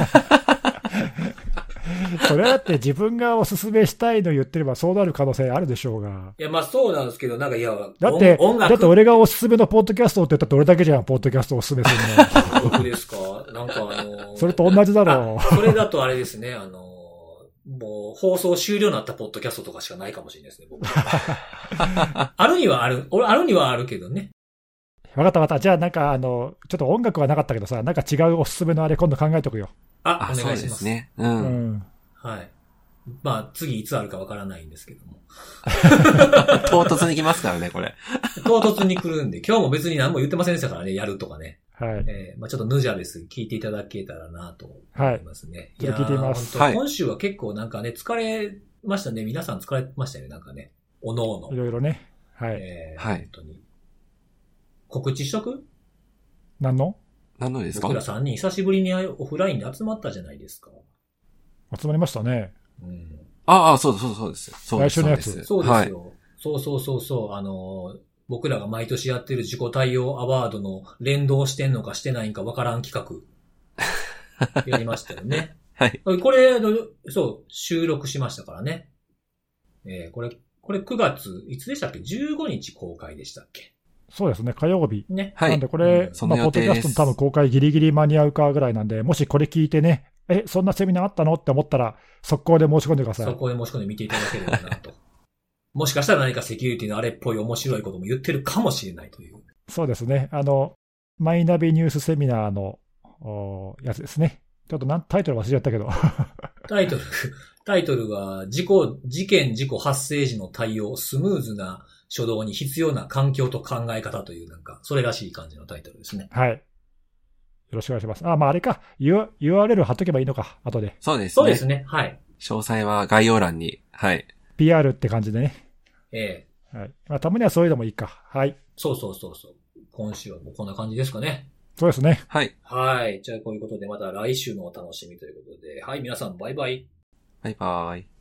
それだって自分がおすすめしたいの言ってればそうなる可能性あるでしょうが。 いや、まあそうなんですけど、なんかいや、 だって、だって俺がおすすめのポッドキャストって言ったって俺だけじゃん、ポッドキャストをおすすめするの。僕ですか？なんかあのー、 それと同じだろう。それだとあれですね、あのー、もう放送終了になったポッドキャストとかしかないかもしれないですね、僕。あるにはある、俺あるにはあるけどね。 わかったわかった。じゃあなんかあの、ちょっと音楽はなかったけどさ、なんか違うおすすめのあれ今度考えとくよ。 あ、お願いします。 そうですね。うん。うん、 はい。まあ、次いつあるかわからないんですけども。 唐突に来ますからね、これ。 唐突に来るんで、今日も別に何も言ってませんでしたからね、やるとかね。 はい。 えー、まあちょっとヌジャです。聞いていただけたらなと思いますね。 はい。聞いてみます。 はい。今週は結構なんかね、疲れましたね。皆さん疲れましたよね、なんかね。おのおの。 いろいろね。はい。 えー、 はい。 本当に。告知しとく？ 何の？ 何のですか？ 僕らさんにん久しぶりにオフラインで集まったじゃないですか。 集まりましたね。 うん。 ああ、そうです、そうです。そうです。 来週のやつ。 そうですよ。はい、そうそうそうそう。あの、僕らが毎年やってる自己対応アワードの連動してんのかしてないんかわからん企画。やりましたよね。 はい。 これ、そう、収録しましたからね。えー、これ、これくがつ、いつでしたっけ ?じゅうごにち公開でしたっけ？ そうですね、火曜日。 ね。 はい。なんでこれ、うん、まあ、ポッドキャストの多分公開ギリギリ間に合うかぐらいなんで、もしこれ聞いてね、え、そんなセミナーあったのって思ったら、速攻で申し込んでください。 速攻で申し込んで見ていただければなと。もしかしたら何かセキュリティのあれっぽい面白いことも言ってるかもしれないという。 そうですね。あの、マイナビニュースセミナーのやつですね。ちょっとなんタイトル忘れちゃったけど。 タイトル、タイトルは、事故、事件事故発生時の対応、スムーズな初動に必要な環境と考え方という、なんか、それらしい感じのタイトルですね。 はい。よろしくお願いします。あ、まああれか。ユーアールエル 貼っとけばいいのか。後で。 そうですね。 そうですね。はい。 詳細は概要欄に。はい。 ピーアール って感じでね。 ええ。はい。まあたまにはそういうのもいいか。はい。 そうそうそうそう。今週はもうこんな感じですかね。 そうですね。 はい。 はい。じゃあこういうことでまた来週のお楽しみということで。はい。皆さんバイバイ。 バイバイ。